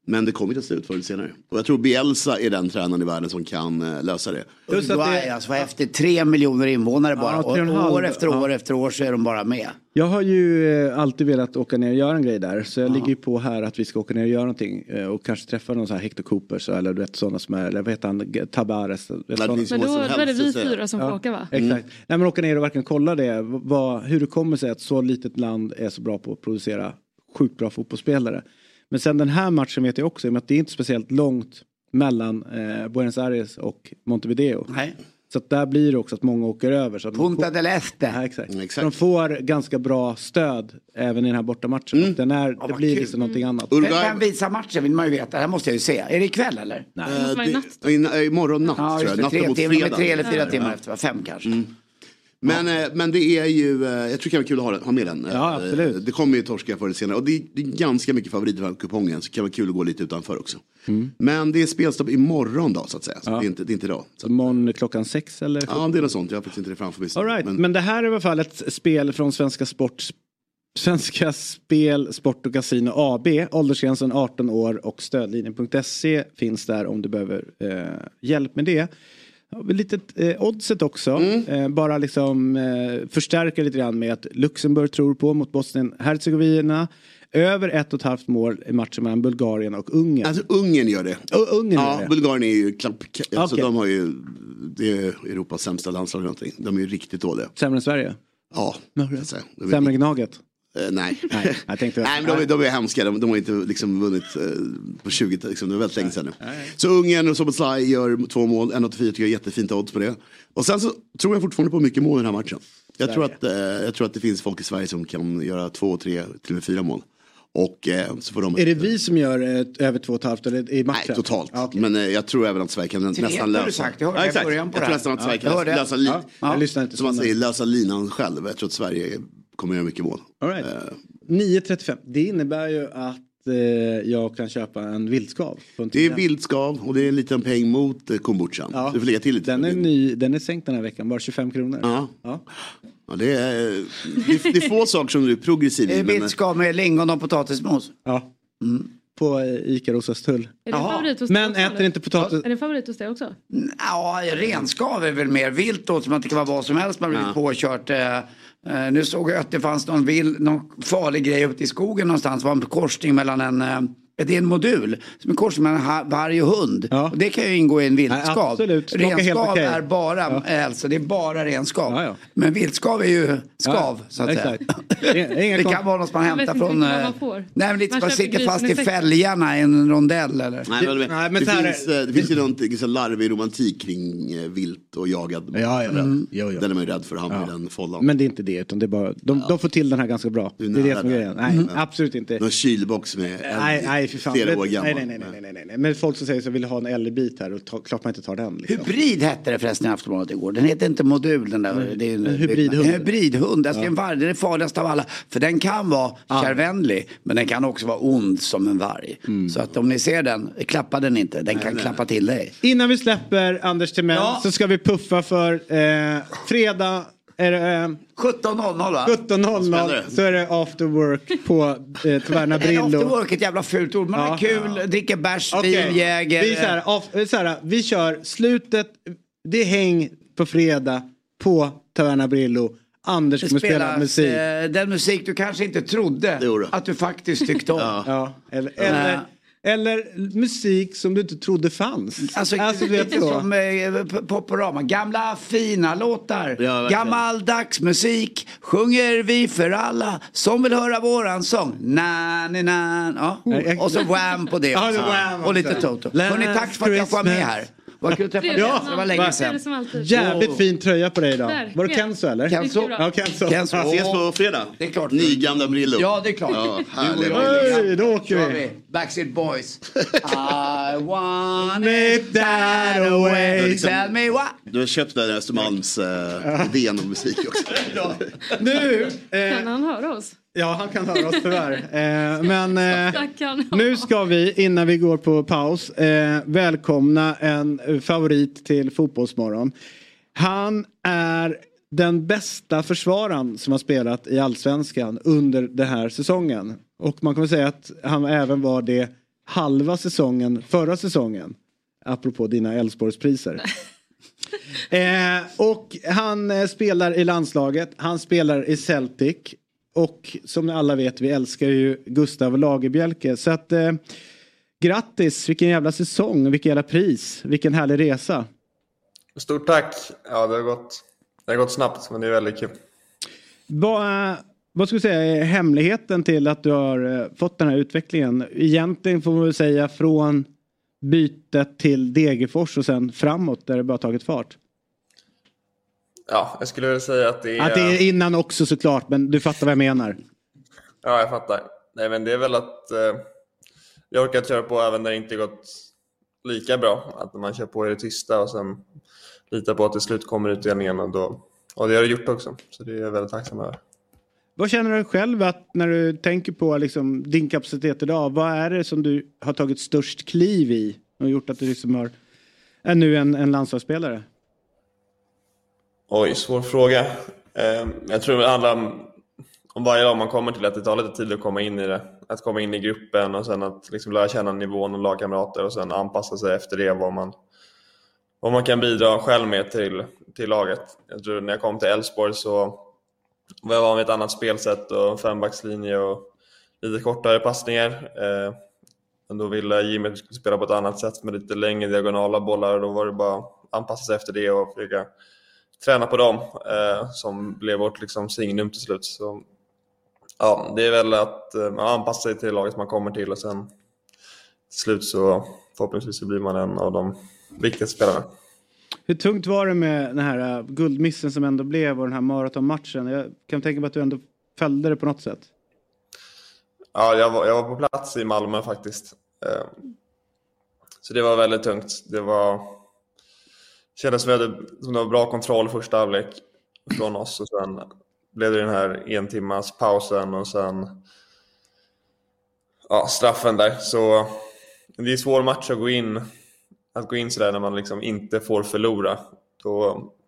Men det kommer till slut förr eller senare. Och jag tror Bielsa är den tränaren i världen som kan uh, lösa det. Just att det... Alltså, efter tre miljoner invånare bara. Ja, och år efter år ja. efter år så är de bara med. Jag har ju eh, alltid velat åka ner och göra en grej där. Så jag ja. ligger ju på här att vi ska åka ner och göra någonting. Eh, och kanske träffa någon sån här Hector Cooper. Så, eller du vet sådana som är, eller vad heter han, Tabares. Men då, då är det vi fyra som ja. får åka va? Exakt. Mm. Nej men åka ner och verkligen kolla det. Vad, hur det kommer sig att ett så litet land är så bra på att producera sjukt bra fotbollsspelare. Men sen den här matchen vet jag också att det är inte speciellt långt mellan eh, Buenos Aires och Montevideo. Nej. Så att där blir det också att många åker över. Så att Punta får, del Este. Ja, exakt. Mm, exakt. Så de får ganska bra stöd även i den här bortamatchen. Mm. Den är, ja, det blir kul. Liksom någonting annat. Vem kan visa matchen vill man ju veta. Det här måste jag ju se. Är det ikväll eller? Nej, det måste vara i natt. Det, imorgon natt ja, tror jag. Natt tre, mot timmar, fredag. tre eller fyra timmar ja. efter. Fem kanske. Mm. Men, ja. eh, men det är ju, eh, jag tycker det kan vara kul att ha, ha med den. Ja, absolut. Eh, det kommer ju torska för det senare. Och det är, det är ganska mycket favoriter för kupongen. Så det kan vara kul att gå lite utanför också. Mm. Men det är spelstopp imorgon då så att säga. Så ja. det, är inte, det är inte idag. Så. Imorgon klockan sex eller? Ja, det är något sånt. Jag har faktiskt inte det framför mig. All right. men... men det här är i alla fall ett spel från Svenska Sport. Svenska Spel, Sport och Casino A B. Åldersgränsen arton år och stödlinjen punkt se finns där om du behöver eh, hjälp med det. Lite eh, oddset också. Mm. Eh, bara liksom eh, förstärka lite grann med att Luxemburg tror på mot Bosnien-Herzegovina. Över ett och ett halvt mål i matchen mellan Bulgarien och Ungern. Alltså Ungern gör det. Oh, Ungern ja, gör det. Bulgarien är ju klapp. Alltså okay. de har ju, det är Europas sämsta landslag eller någonting. De är ju riktigt dåliga. Sämre än Sverige? Ja. Okay. Sämre än Gnaget? Uh, nej. nej, jag tänkte nej men de, de är hemska. De, de har inte liksom vunnit uh, på tjugo, liksom, det var väldigt länge sedan nu. Nej, nej. Så Ungern och Soboslaj gör två mål, en åttiofyra tycker jag är jättefint odds på det. Och sen så tror jag fortfarande på mycket mål i den här matchen. Jag tror, att, uh, jag tror att det finns folk i Sverige som kan göra två, tre, till och med fyra mål. Och eh, så får de... Är det vi som gör ett, över två och ett halvt eller i matchen? Nej, totalt. Ah, okay. Men eh, jag tror även att Sverige kan Tre nästan lösa... Du sagt, jag hörde ja, exakt. början på jag tror nästan att Sverige ja, kan lösa, li... ja. Ja. Jag lyssnar inte som man säger, lösa linan själv. Jag tror att Sverige kommer göra mycket mål. All right. uh. nio trettiofem. Det innebär ju att eh, jag kan köpa en vildskav. Det är vildskav och det är en liten peng mot eh, kombuchan. Ja. Du får lägga till lite. Den är, ny, den är sänkt den här veckan, bara tjugofem kronor. Ja. Ja. Ja, det, är, det, det är få saker som du är progressiv. Det är vildskav med lingon och potatismos. Ja. Mm. På Ikaros Östhull. Är det favorit hos Men också, äter inte potatis? Är det favorit hos dig också? Ja, renskav är väl mer vilt då, som att det kan vara vad som helst man blir ja. påkört. Uh, nu såg jag att det fanns någon, vild, någon farlig grej ute i skogen någonstans. Det var en korsning mellan en... Uh, det är en modul som är korsning mellan varg och hund. Ja. Och det kan ju ingå i en viltskav. Renskav okay. är bara, ja. alltså det är bara renskav. Ja, ja. Men viltskav är ju skav ja, så att exakt. säga. det kan vara något man hämtar från... Nej men lite bara sitta fast i fälgarna i en rondell eller? Nej, men, Nej, men det, finns, är... det finns ju någonting så larvig romantik kring vilt och jagad. Ja, ja. Mm. Jo, jo. Den är man ju rädd för, han blir ja. den follan. Men det är inte det, utan det är bara, de, ja. de får till den här ganska bra. Det är det som är grejen. Nej, mm. absolut inte. Någon kylbox med nej, nej, för fan. flera år gammal. Nej, nej, nej, nej, nej, nej. Men folk som säger så vill ha en L-bit här och ta, klart man inte tar den. Liksom. Hybrid hette det förresten i Aftonbladet igår. Den heter inte modul den där. Mm. Det är en, en hybridhund. En hybridhund. Alltså ja. en varg, den är det farligaste av alla. För den kan vara ah. kärvänlig, men den kan också vara ond som en varg. Mm. Så att om ni ser den, klappa den inte. Den nej, kan nej. klappa till dig. Innan vi släpper Anders Timell ja. så ska vi puffa för eh, fredag. Är det, eh, sjutton noll noll va? sjutton noll noll så är det after work på eh, Taverna Brillo. After work är ett jävla fult ord. Man ja. är kul, ja. dricker bärs, okay. vin, jäger. Vi, så här, off, så här, vi kör slutet, det är häng på fredag på Taverna Brillo. Anders kommer spela musik. Eh, den musik du kanske inte trodde att du faktiskt tyckte om. ja. Ja. Eller... eller äh. Eller musik som du inte trodde fanns. Alltså, alltså det är som eh, Poporama. Gamla fina låtar. Ja, gammaldags musik. Sjunger vi för alla som vill höra våran sång. Na, na, na. Ja. Oh. Och så Wham på det också. Ja, och lite Toto. Hörrni, tack för att jag var med här. Vad kul att träffa dig. Ja, det var länge sedan. Jävligt fin tröja på dig idag. Där. Var det Kenzo eller? Kenzo. Ja, Kenzo. Kenzo. Ja. Ses på fredag. Det är klart. Ny gamla Brillo. Ja, det är klart. Ja, Hej, då åker vi. Backstreet Boys. I want it that away. Liksom, tell me what. Du har köpt den Östermalms uh, idén om musik också. ja. Nu. Eh, kan han höra oss? Ja, han kan höra oss tyvärr. Eh, men eh, nu ska vi, innan vi går på paus, eh, välkomna en favorit till Fotbollsmorgon. Han är den bästa försvararen som har spelat i Allsvenskan under den här säsongen. Och man kan väl säga att han även var det halva säsongen förra säsongen. Apropå dina Elfsborgspriser. eh, och han eh, spelar i landslaget. Han spelar i Celtic. Och som ni alla vet, vi älskar ju Gustav Lagerbielke. Så att eh, grattis, vilken jävla säsong, vilken jävla pris, vilken härlig resa. Stort tack. Ja, det har gått, det har gått snabbt, men det är väldigt kul. Vad, vad ska du säga är hemligheten till att du har eh, fått den här utvecklingen? Egentligen får man väl säga från bytet till Degerfors och sen framåt där det bara tagit fart. Ja, jag skulle vilja säga att det är... Att det är innan också såklart, men du fattar vad jag menar. Ja, jag fattar. Nej, men det är väl att eh, jag orkar köra på även när det inte gått lika bra. Att man kör på i det tysta och sen litar på att till slut kommer utdelningen. Och, då, och det har jag gjort också, så det är jag väldigt tacksam över. Vad känner du själv att när du tänker på liksom din kapacitet idag, vad är det som du har tagit störst kliv i och gjort att du liksom har, är nu en, en landslagsspelare? Oj, svår fråga. Eh, jag tror det handlar om, om varje dag man kommer till att det tar lite tid att komma in i det. Att komma in i gruppen och sen att liksom lära känna nivån och lagkamrater och sen anpassa sig efter det vad man, vad man kan bidra själv med till, till laget. Jag tror när jag kom till Elfsborg så var jag van vid ett annat spelsätt och fembackslinje och lite kortare passningar. Eh, men då ville Jimmy att vi skulle spela på ett annat sätt med lite längre diagonala bollar och då var det bara att anpassa sig efter det och försöka träna på dem eh, som blev vårt liksom signum till slut. Så ja, det är väl att eh, anpassa sig till laget man kommer till och sen till slut så förhoppningsvis så blir man en av de viktigaste spelarna. Hur tungt var det med den här uh, guldmissen som ändå blev och den här maratonmatchen? Jag kan tänka mig att du ändå följde det på något sätt. Ja, jag var, jag var på plats i Malmö faktiskt. Eh, så det var väldigt tungt. Det var kändes som, hade, som det var bra kontroll första halvlek från oss och sen blev det den här en timmas pausen och sen ja, straffen där. Så det är svår match att gå in att gå in så där när man liksom inte får förlora. Då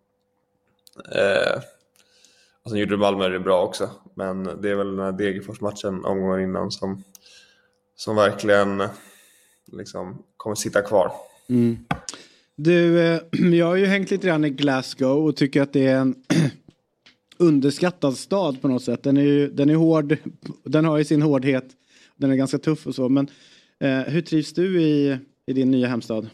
eh, och sen gjorde Malmö det bra också, men det är väl den här Degerfors-matchen omgången innan som som verkligen liksom kommer sitta kvar. Mm. Du, jag har ju hängt lite grann i Glasgow och tycker att det är en underskattad stad på något sätt. Den är ju, den är hård, den har ju sin hårdhet, den är ganska tuff och så. Men eh, hur trivs du i, i din nya hemstad?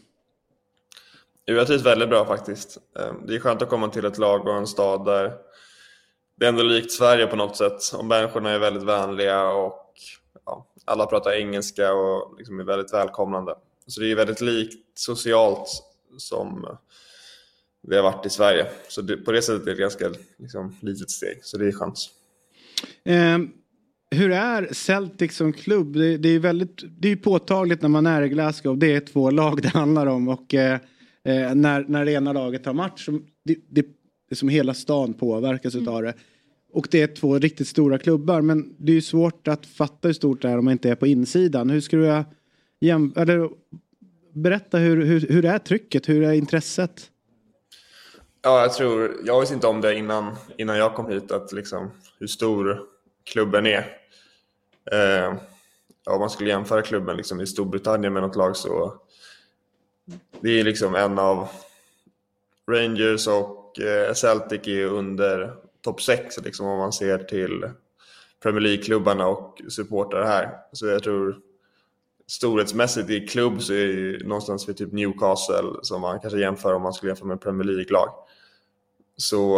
Jag trivs väldigt bra faktiskt. Det är skönt att komma till ett lag och en stad där det är ändå likt Sverige på något sätt. Och människorna är väldigt vänliga och ja, alla pratar engelska och liksom är väldigt välkomnande. Så det är väldigt likt socialt som det har varit i Sverige. Så det, på det sättet är det ett ganska liksom, litet steg. Så det är skönt. Eh, hur är Celtic som klubb? Det, det är väldigt det är påtagligt när man är i Glasgow. Det är två lag det handlar om. Och eh, när, när det ena laget har match, som, det, det, det är som hela stan påverkas mm. utav det. Och det är två riktigt stora klubbar. Men det är ju svårt att fatta hur stort det är om man inte är på insidan. Hur skulle jag jäm, eller, berätta hur, hur, hur är trycket? Hur är intresset? Ja, jag tror, jag visste inte om det innan, innan jag kom hit, att liksom, hur stor klubben är. Eh, ja, om man skulle jämföra klubben liksom, i Storbritannien med något lag så det är liksom en av Rangers och eh, Celtic är under topp sex liksom, om man ser till Premier League-klubbarna och supportrar här. Så jag tror storhetsmässigt i klubb så är det ju någonstans vid typ Newcastle som man kanske jämför om man skulle jämföra med Premier League-lag. Så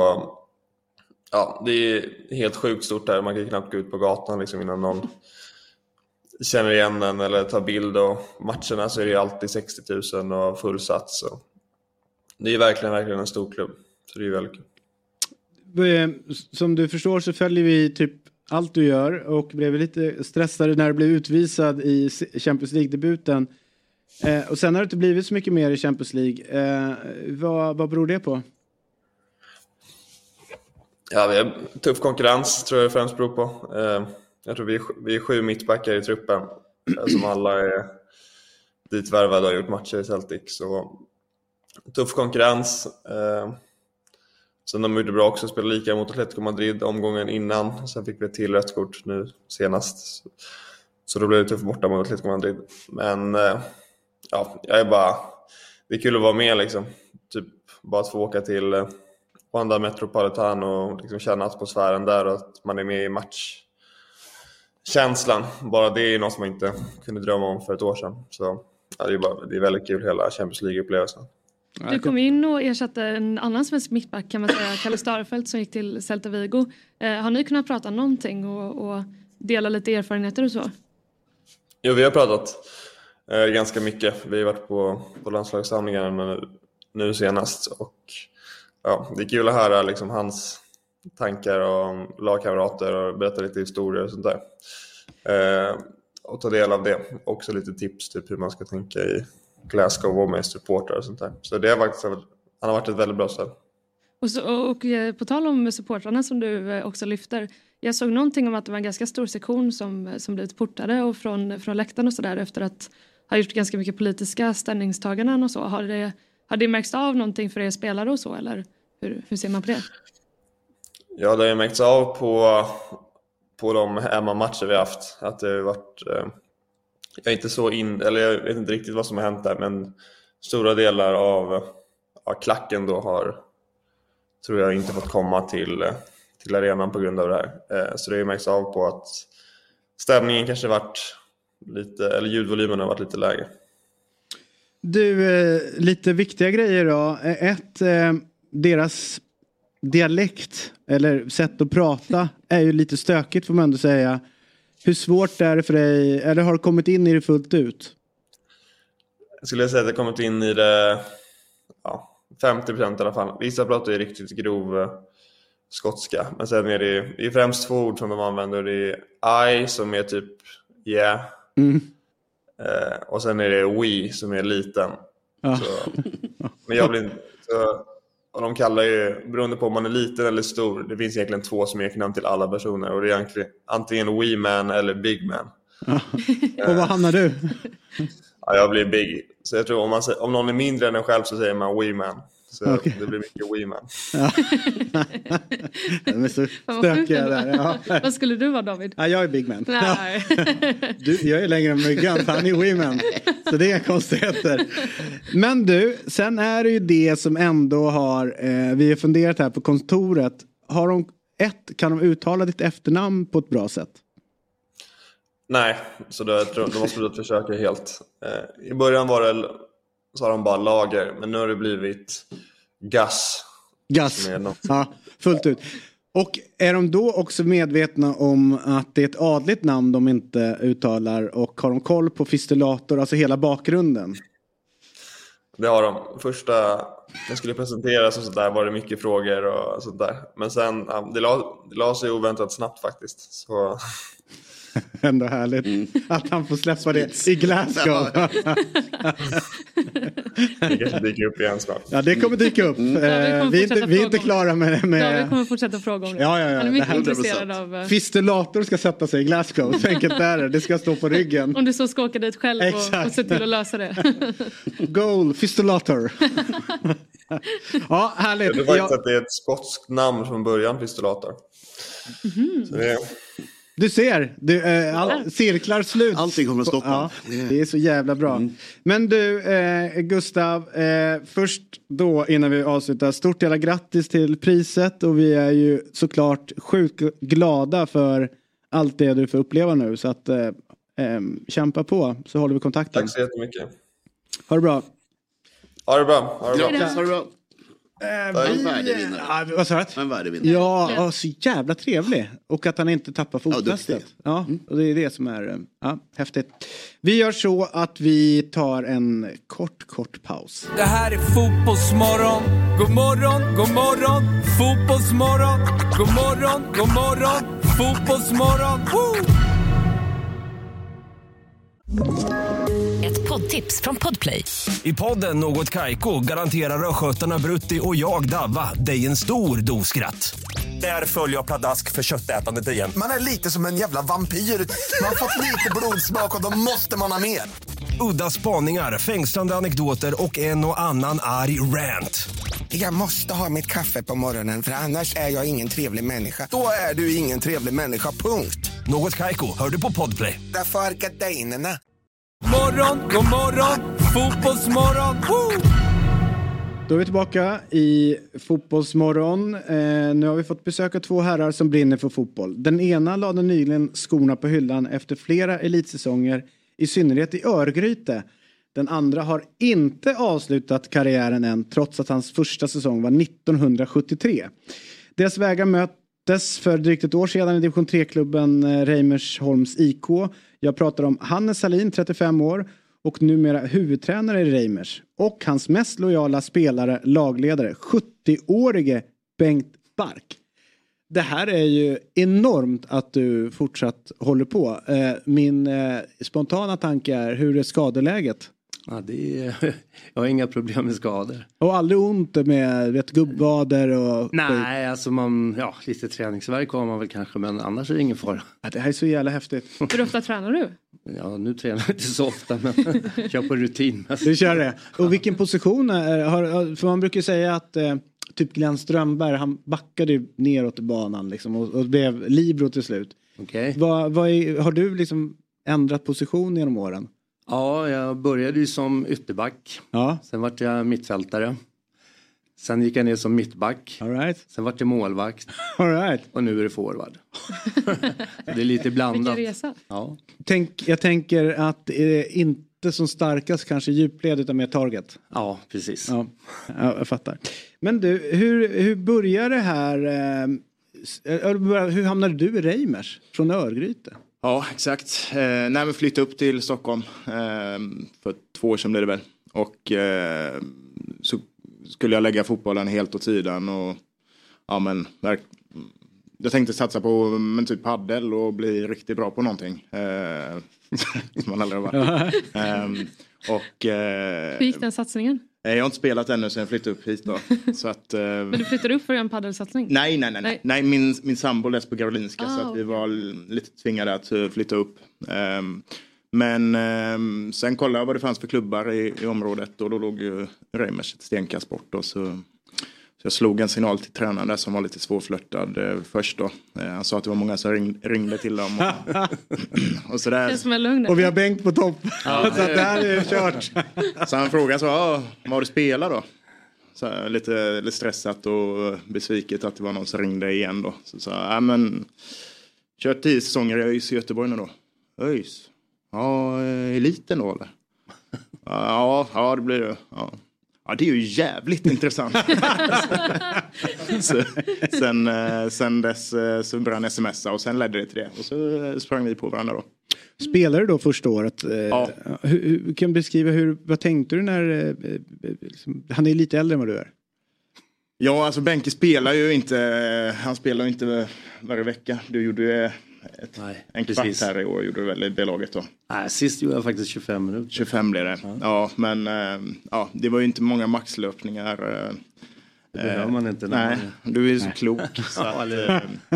ja, det är helt sjukt stort där. Man kan knappt gå ut på gatan liksom innan någon känner igen en eller tar bild, och matcherna så är det alltid sextio tusen och fullsatt. Så det är verkligen, verkligen en stor klubb. Så det är väldigt kul. Som du förstår så följer vi typ allt du gör och blev lite stressade när du blev utvisad i Champions League-debuten. Eh, och sen har det inte blivit så mycket mer i Champions League. Eh, vad, vad beror det på? Ja, vi har tuff konkurrens tror jag det främst beror på. Eh, jag tror vi är, vi är sju mittbackar i truppen eh, som alla är ditvärvade och har gjort matcher i Celtic. Så tuff konkurrens. Eh, Sen de gjorde bra också, spelade lika mot Atletico Madrid omgången innan. Sen fick vi ett till rött kort nu senast. Så då blir det tufft borta mot Atletico Madrid. Men eh, ja, jag är bara... Det är kul att vara med liksom. Typ bara att få åka till eh, Wanda Metropolitan och liksom känna atmosfären där och att man är med i matchkänslan. Bara det är något som man inte kunde drömma om för ett år sedan. Så ja, det är, bara, det är väldigt kul hela Champions League-upplevelsen. Du kom in och ersatte en annan svensk mittback kan man säga, Kalle Starfelt som gick till Celta Vigo. Eh, har ni kunnat prata någonting och, och dela lite erfarenheter och så? Jo, vi har pratat eh, ganska mycket. Vi har varit på, på landslagssamlingar nu, nu senast. Och ja, det är kul att höra liksom, hans tankar om lagkamrater och berätta lite historier och sånt där. Eh, och ta del av det. Också lite tips typ hur man ska tänka i Glasgow och med supportrar och sånt där. Så det har faktiskt, han har varit ett väldigt bra stöd. Och, så, och, och på tal om supportrarna som du också lyfter. Jag såg någonting om att det var en ganska stor sektion som, som blivit portade och från, från läktaren och sådär efter att ha gjort ganska mycket politiska ställningstaganden och så. Har det, har det märkts av någonting för er spelare och så eller hur, hur ser man på det? Ja, det har ju märkts av på, på de hemmamatcher vi har haft. Att det har varit... Eh, jag är inte så in... Eller jag vet inte riktigt vad som har hänt där, men stora delar av, av klacken då har... Tror jag inte fått komma till, till arenan på grund av det här. Eh, så det har ju märkts av på att stämningen kanske varit lite... Eller ljudvolymen har varit lite lägre. Du, eh, lite viktiga grejer då. Ett, eh, deras dialekt eller sätt att prata är ju lite stökigt får man ändå säga. Hur svårt är det för dig, eller har du kommit in i det fullt ut? Jag skulle säga att jag kommit in i det ja, femtio procent i alla fall. Vissa pratar ju riktigt grov skotska, men sen är det, det är främst två ord som de använder. Det är I som är typ yeah. Mm. Eh, och sen är det we som är liten. Ja. Så, men jag blir så, och de kallar ju, beroende på om man är liten eller stor, det finns egentligen två som är knamn till alla personer. Och det är antingen wee man eller big man. Ja. Och vad hamnar du? Ja, jag blir big. Så jag tror om, man, om någon är mindre än en själv så säger man wee man. Så okay. Det blir mycket wee man. Ja. De är så stökiga där. Ja. Vad skulle du vara, David? Ja, jag är big man. Nej. Ja. Du, jag är längre än Myggan, han är wee man. Så det är inga konstigheter. Men du, sen är det ju det som ändå har, eh, vi har funderat här på kontoret. Har de, ett, kan de uttala ditt efternamn på ett bra sätt? Nej, så då, jag tror, de måste bli försöka helt. Eh, I början var det, så har de bara Lager, men nu har det blivit Gas. Gas, ja, fullt ut. Och är de då också medvetna om att det är ett adligt namn de inte uttalar och har de koll på fistulator, alltså hela bakgrunden? Det har de. Första jag skulle presenteras och sådär var det mycket frågor och sånt där. Men sen, ja, det, la, det la sig oväntat snabbt faktiskt. Så... Ändå härligt mm. att han får släppa det i Glasgow. Det kanske dyker upp igen snart. Ja, det kommer dyka upp. Mm. Uh, vi, är inte, vi är inte klara med, med... Ja, vi kommer fortsätta fråga om det. Ja, ja, ja. Han är mycket intresserad av... Fistulator ska sätta sig i Glasgow. Så enkelt är det. Det ska stå på ryggen. Om du så ska åka dit själv och, och se till att lösa det. Goal, fistulator. Ja, härligt. Det var inte att det är ett skotskt namn från början, fistulator. Mm. Så det är... Du ser, du, äh, all, cirklar slut. Allting kommer att stoppa. Ja, det är så jävla bra. Mm. Men du, eh, Gustav, eh, först då innan vi avslutar, stort jävla grattis till priset. Och vi är ju såklart sjukt glada för allt det du får uppleva nu. Så att eh, eh, kämpa på, så håller vi kontakten. Tack så jättemycket. Ha det bra. Ha det bra. Ha det bra. Ja, ha det bra. Äh, en värdevinnare. Ja, vad sa du? En värdevinnare. Ja, ja, så jävla trevlig. Och att han inte tappar fotfästet. Ja, ja, och det är det som är ja, häftigt. Vi gör så att vi tar en kort, kort paus. Det här är Fotbollsmorgon. God morgon, god morgon. Fotbollsmorgon. God morgon, god morgon. Fotbollsmorgon. Woo! Ett poddtips från Podplay. I podden Något Kaiko garanterar röskötarna Brutti och jag Davva dig en stor doskratt. Där följer jag pladask för köttätandet igen. Man är lite som en jävla vampyr. Man har fått lite blodsmak och då måste man ha mer. Udda spaningar, fängslande anekdoter och en och annan arg rant. Jag måste ha mitt kaffe på morgonen för annars är jag ingen trevlig människa. Då är du ingen trevlig människa, punkt. Något Kaiko, hör du på Podplay. Därför är gardinerna. Morgon, god morgon, fotbollsmorgon. Woo! Då är vi tillbaka i fotbollsmorgon. Eh, nu har vi fått besöka två herrar som brinner för fotboll. Den ena lade nyligen skorna på hyllan efter flera elitsäsonger, i synnerhet i Örgryte. Den andra har inte avslutat karriären än, trots att hans första säsong var nittonhundrasjuttiotre. Deras vägar möttes för drygt ett år sedan i division tre-klubben Reimersholms I K. Jag pratar om Hannes Salin, trettiofem år, och numera huvudtränare i Reimers. Och hans mest lojala spelare, lagledare, sjuttioårige Bengt Bark. Det här är ju enormt att du fortsatt håller på. Min spontana tanke är, hur är skadeläget? Ja, det är, jag har inga problem med skador. Och aldrig ont med vet, gubbvader och... Nej, alltså man, ja, lite träningsvärk har man väl kanske, men annars är det ingen fara. Ja, det här är så jävla häftigt. Hur ofta tränar du? Ja, nu tränar jag inte så ofta, men kör på rutin. Du kör det. Och vilken position är, har, för man brukar säga att eh, typ Glenn Strömberg, han backade neråt i banan liksom, och, och blev libero till slut. Okej. Okay. Vad, vad är, har du liksom ändrat position genom åren? Ja, jag började ju som ytterback. Ja. Sen var jag mittfältare. Sen gick jag ner som mittback. All right. Sen var jag målvakt. All right. Och nu är det forward. Det är lite blandat. Vilken resa. Ja. Tänk, jag tänker att eh, inte som starkast kanske djupled utan mer target. Ja, precis. Ja, jag fattar. Men du, hur, hur börjar det här? Eh, hur hamnade du i Reimers från Örgryte? Ja, exakt. Eh, när vi flyttade upp till Stockholm eh, för två år sedan blev det väl. Och eh, så skulle jag lägga fotbollen helt åt sidan. Och, ja, men, jag tänkte satsa på men, typ paddel och bli riktigt bra på någonting. Eh, som man aldrig har varit. eh, och, eh, Hur gick den satsningen? Jag har inte spelat ännu sen jag flyttade upp hit då. Så att, eh, Men du flyttade upp för en paddelsatsning? Nej, nej, nej. nej. nej min, min sambo läste på Karolinska ah, så att vi okay. var lite tvingade att flytta upp. Um, men um, sen kollade jag vad det fanns för klubbar i, i området och då låg ju Reimers ett stenkast bort. Och så, så jag slog en signal till tränaren där som var lite svårflörtad eh, först då. Eh, han sa att det var många som ring, ringde till dem. Och, och, sådär. Som en lugn. Och vi har Bengt på topp. Ja, så att det här är kört. Så han frågade så, ah, vad har du spelat då? Så här, lite, lite stressat och besviket att det var någon som ringde igen då. Så sa ja men kört tio säsonger i ÖIS i Göteborg nu då. ÖIS? Ja, eliten då eller? Ja, ja det blir det. Ja. Ja, det är ju jävligt intressant. så, sen, sen dess så började han smsa och sen ledde det till det. Och så sprang vi på varandra då. Spelade du då första året? Ja. Hur, hur kan du beskriva, hur, vad tänkte du när, liksom, han är lite äldre än vad du är? Ja, alltså Benke spelar ju inte, han spelar ju inte varje vecka. Du gjorde ju ett, Nej, en kvart precis. Här i år, gjorde du väl i B-laget då? Nej, sist gjorde jag faktiskt tjugofem minuter. tjugofem blev det, ja, ja men ja, det var ju inte många maxlöpningar. Det behöver man inte. Nej, man... du är så Nej. klok. Så att, eh,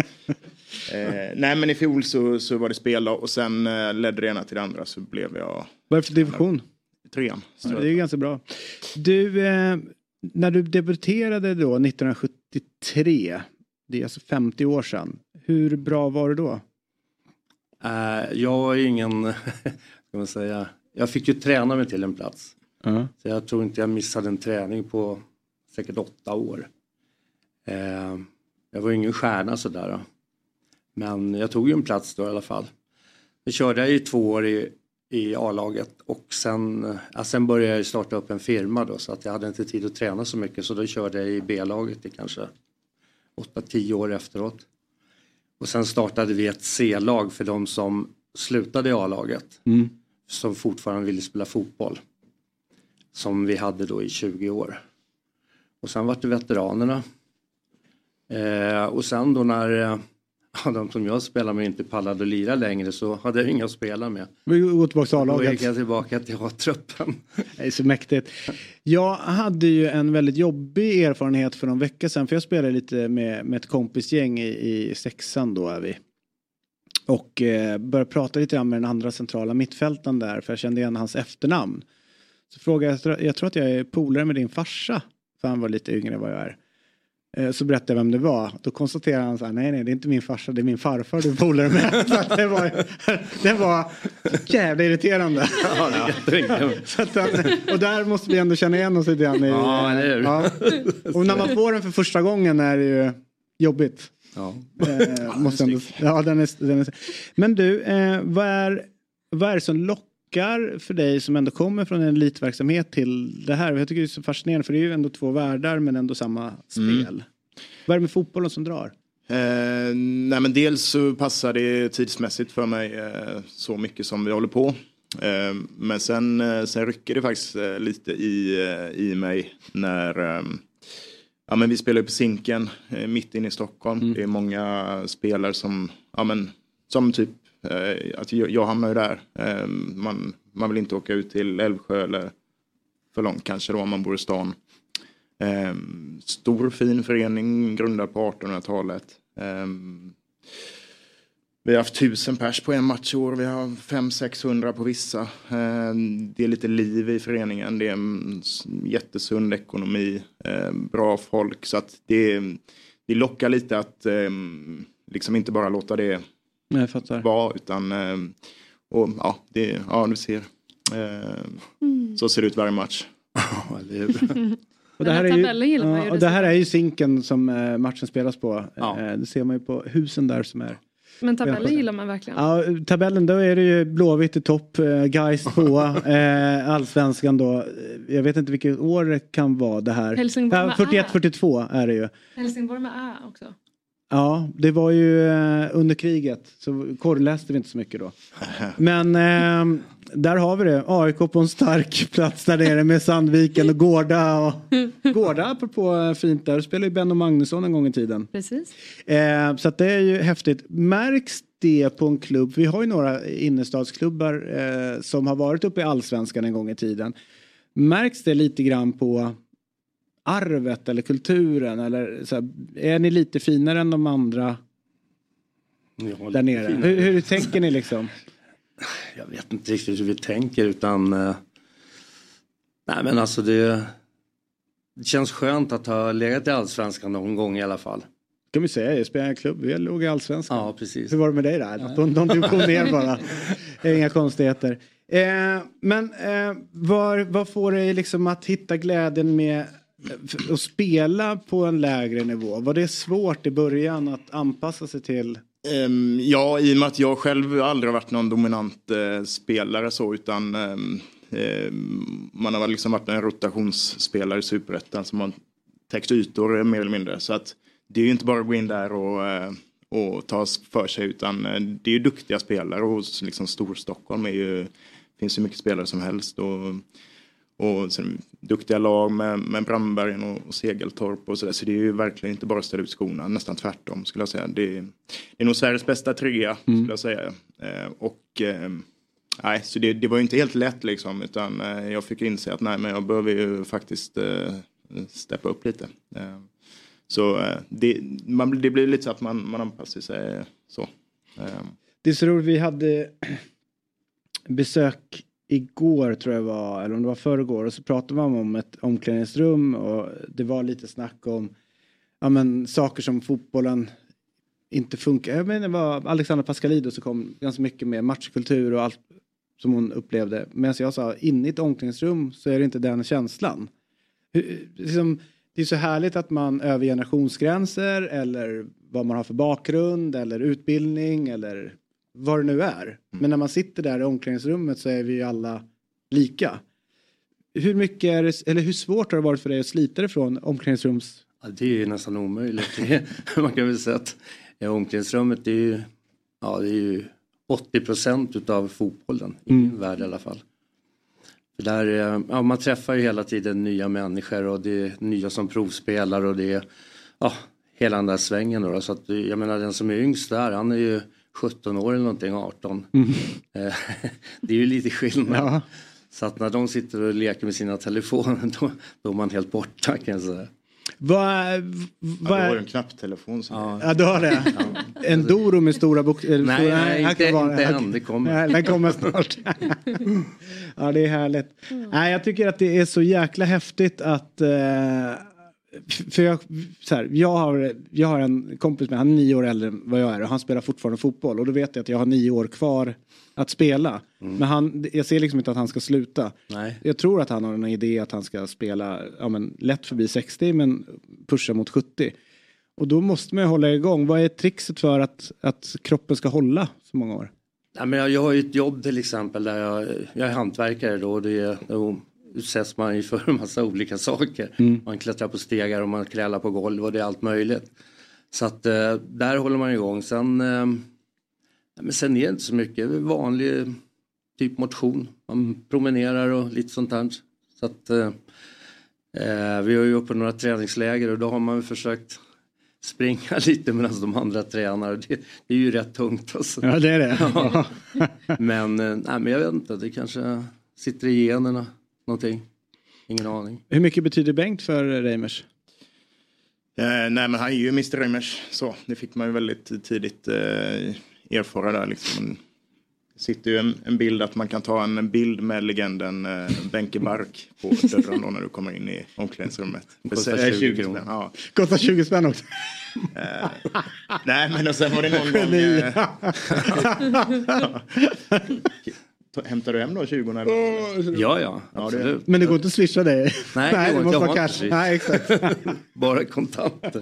eh, nej, men i fjol så, så var det spel då, och sen eh, ledde det ena till det andra så blev jag... Vad är det för division? Trean. Ja, det är ganska bra. Du, eh, när du debuterade då nittonhundrasjuttiotre, det är alltså femtio år sedan. Hur bra var du då? Uh, jag är ingen, ska man säga, jag fick ju träna mig till en plats. Uh-huh. Så jag tror inte jag missade en träning på säkert åtta år. Uh, jag var ingen stjärna sådär då. Men jag tog ju en plats då i alla fall. Jag körde i två år i, i A-laget och sen, ja, sen började jag starta upp en firma då, så att jag hade inte tid att träna så mycket, så då körde jag i B-laget i kanske åtta tio år efteråt. Och sen startade vi ett C-lag för de som slutade i A-laget. Mm. Som fortfarande ville spela fotboll. Som vi hade då i tjugo år. Och sen var det veteranerna. Eh, och sen då när eh, de som jag spelar med inte pallade att lira längre, så hade jag inga att spela med. Vi går tillbaka till A-laget. Då gick jag tillbaka till A-truppen. Det är så mäktigt. Jag hade ju en väldigt jobbig erfarenhet för någon vecka sedan. För jag spelade lite med, med ett kompisgäng i, i sexan då är vi. Och eh, började prata lite grann med den andra centrala mittfältaren där. För jag kände igen hans efternamn. Så frågade jag, jag tror att jag är polare med din farsa. För han var lite yngre än vad jag är. Så berättade jag vem det var. Då konstaterade han så här, nej nej det är inte min farsa, det är min farfar du polar med. Så att det var, det var jävla irriterande. Ja, det är så att, och där måste vi ändå känna igen oss lite grann. I, ja, det är det. Ja. Och när man får den för första gången är det ju jobbigt. Ja. Eh, måste ändå, ja, den är, den är, men du, eh, vad, är, vad är det som lockar för dig som ändå kommer från en elitverksamhet till det här? Jag tycker det är så fascinerande för det är ju ändå två världar men ändå samma spel. Mm. Vad är det med fotbollen som drar? Eh, nej men dels så passar det tidsmässigt för mig eh, så mycket som vi håller på. Eh, men sen, eh, sen rycker det faktiskt eh, lite i, eh, i mig när... Eh, Ja, men vi spelar ju på Zinken eh, mitt inne i Stockholm. Mm. Det är många spelare som, ja, men, som typ, eh, att jag, jag hamnar ju där. Eh, man, man vill inte åka ut till Älvsjö eller för långt kanske då om man bor i stan. Eh, stor fin förening, grundad på artonhundratalet. Eh, vi har haft tusen pers på en match i år. Vi har fem sexhundra på vissa. Eh, det är lite liv i föreningen. Det är en jättesund ekonomi. Eh, bra folk. Så att det, det lockar lite att eh, liksom inte bara låta det Nej, fattar. vara. Utan, eh, och, ja, det, ja, du ser. Eh, mm. Så ser det ut varje match. Och det här, är ju, ja, och det här är ju Zinken som eh, matchen spelas på. Ja. Eh, det ser man ju på husen där som är. Men tabellen gillar man verkligen. Ja, tabellen då är det ju Blåvitt i topp, eh, Gais tvåa, eh, Allsvenskan då. Jag vet inte vilket år det kan vara det här. Helsingborg ja, fyrtioett fyrtiotvå är det ju. Helsingborg med Ä också. Ja, det var ju eh, under kriget. Så korrläste vi inte så mycket då. Men eh, där har vi det. A I K på en stark plats där nere med Sandviken och Gårda. Och Gårda, apropå fint där, spelar ju Benno Magnusson en gång i tiden. Precis. Eh, så att det är ju häftigt. Märks det på en klubb? Vi har ju några innerstadsklubbar eh, som har varit uppe i Allsvenskan en gång i tiden. Märks det lite grann på arvet eller kulturen? Eller så här, är ni lite finare än de andra ja, där nere? Hur, hur tänker ni liksom? Jag vet inte riktigt hur vi tänker utan eh, nej men alltså det, det känns skönt att ha legat i Allsvenskan någon gång i alla fall. Kan vi säga, jag spelar en klubb, vi låg i Allsvenskan. Ja, precis. Hur var det med dig där? De, de, de kom ner bara. Inga konstigheter. Eh, men eh, var, vad får dig liksom att hitta glädjen med att spela på en lägre nivå? Var det svårt i början att anpassa sig till? Um, ja, i och med att jag själv aldrig har varit någon dominant uh, spelare så utan um, um, man har liksom varit en rotationsspelare i Superettan som har täckt ytor mer eller mindre. Så att det är ju inte bara att gå in där och, uh, och ta för sig utan uh, det är ju duktiga spelare och hos liksom Storstockholm är ju, finns ju mycket spelare som helst och Och sen duktiga lag med, med Brandbergen och, och Segeltorp och sådär. Så det är ju verkligen inte bara att ställa ut skorna. Nästan tvärtom skulle jag säga. Det, det är nog Sveriges bästa trea mm. skulle jag säga. Eh, och eh, nej, så det, det var ju inte helt lätt liksom. Utan eh, jag fick inse att nej, men jag behöver ju faktiskt eh, steppa upp lite. Eh, så eh, det, man, det blir lite så att man, man anpassar sig så. Eh. Det är så roligt, vi hade besök igår tror jag var, eller om det var förrgår, och så pratade man om ett omklädningsrum och det var lite snack om ja, men, saker som fotbollen inte funkar. Jag menar, det var Alexandra Pascalido som kom ganska mycket med matchkultur och allt som hon upplevde. Men jag sa, inne i ett omklädningsrum så är det inte den känslan. Liksom, det är så härligt att man över generationsgränser eller vad man har för bakgrund eller utbildning eller vad det nu är. Mm. Men när man sitter där i omklädningsrummet så är vi ju alla lika. Hur mycket är det, eller hur svårt har det varit för dig att slita det från omklädningsrums? Ja, det är ju nästan omöjligt. Man kan väl säga att ja, omklädningsrummet är ju, ja, det är ju åttio procent utav fotbollen i min mm. värld i alla fall. För där, ja, man träffar ju hela tiden nya människor och det är nya som provspelar och det är ja, hela den där svängen då. Så att, jag menar den som är yngst där, han är ju sjutton år eller någonting, arton. Mm. Det är ju lite skillnad. Ja. Så att när de sitter och leker med sina telefoner då, då är man helt borta kan jag säga. Vad va, ja, du har ju en knapptelefon. Ja. ja, du har det. Ja. En Doro med stora bokstäver. Nej, stora, nej, nej inte, vara, inte än. Det kommer. Nej, den kommer snart. Ja, det är härligt. Mm. Nej, jag tycker att det är så jäkla häftigt att... Eh, för jag, så här, jag, har, jag har en kompis med, han är nio år äldre än vad jag är och han spelar fortfarande fotboll och då vet jag att jag har nio år kvar att spela. Mm. Men han, jag ser liksom inte att han ska sluta. Nej. Jag tror att han har en idé att han ska spela ja, men, lätt förbi sextio men pusha mot sjuttio. Och då måste man ju hålla igång. Vad är trixet för att, att kroppen ska hålla så många år? Ja, men jag, jag har ju ett jobb till exempel där jag, jag är hantverkare då och det, då utsätts man ju för en massa olika saker. Mm. Man klättrar på stegar och man krälar på golv och det är allt möjligt. Så att eh, där håller man igång. Sen, eh, men sen är det inte så mycket vanlig typ motion. Man promenerar och lite sånt där. Så att eh, vi har ju uppe några träningsläger och då har man försökt springa lite medan de andra tränar. Det, det är ju rätt tungt. Alltså. Ja, det är det. Ja. men, nej, men jag vet inte, det kanske sitter i generna någonting. Ingen aning. Hur mycket betyder Bengt för Reimers? Eh, nej, men han är ju mister Reimers. Så, det fick man ju väldigt tidigt eh, erfara där. Liksom. Det sitter ju en, en bild att man kan ta en bild med legenden eh, Benke Bark på dörren då när du kommer in i omklädningsrummet. Kostar tjugo spänn. Ja. Kostar tjugo spänn också. Eh, nej, men och sen var det någon gång... Eh, hämtar du hem då tjugo? Eller? Oh, ja, ja, absolut. Ja, det, men det går inte att swisha dig. Nej, Nej det måste jag vara cash. Nej, exakt. Bara kontanter.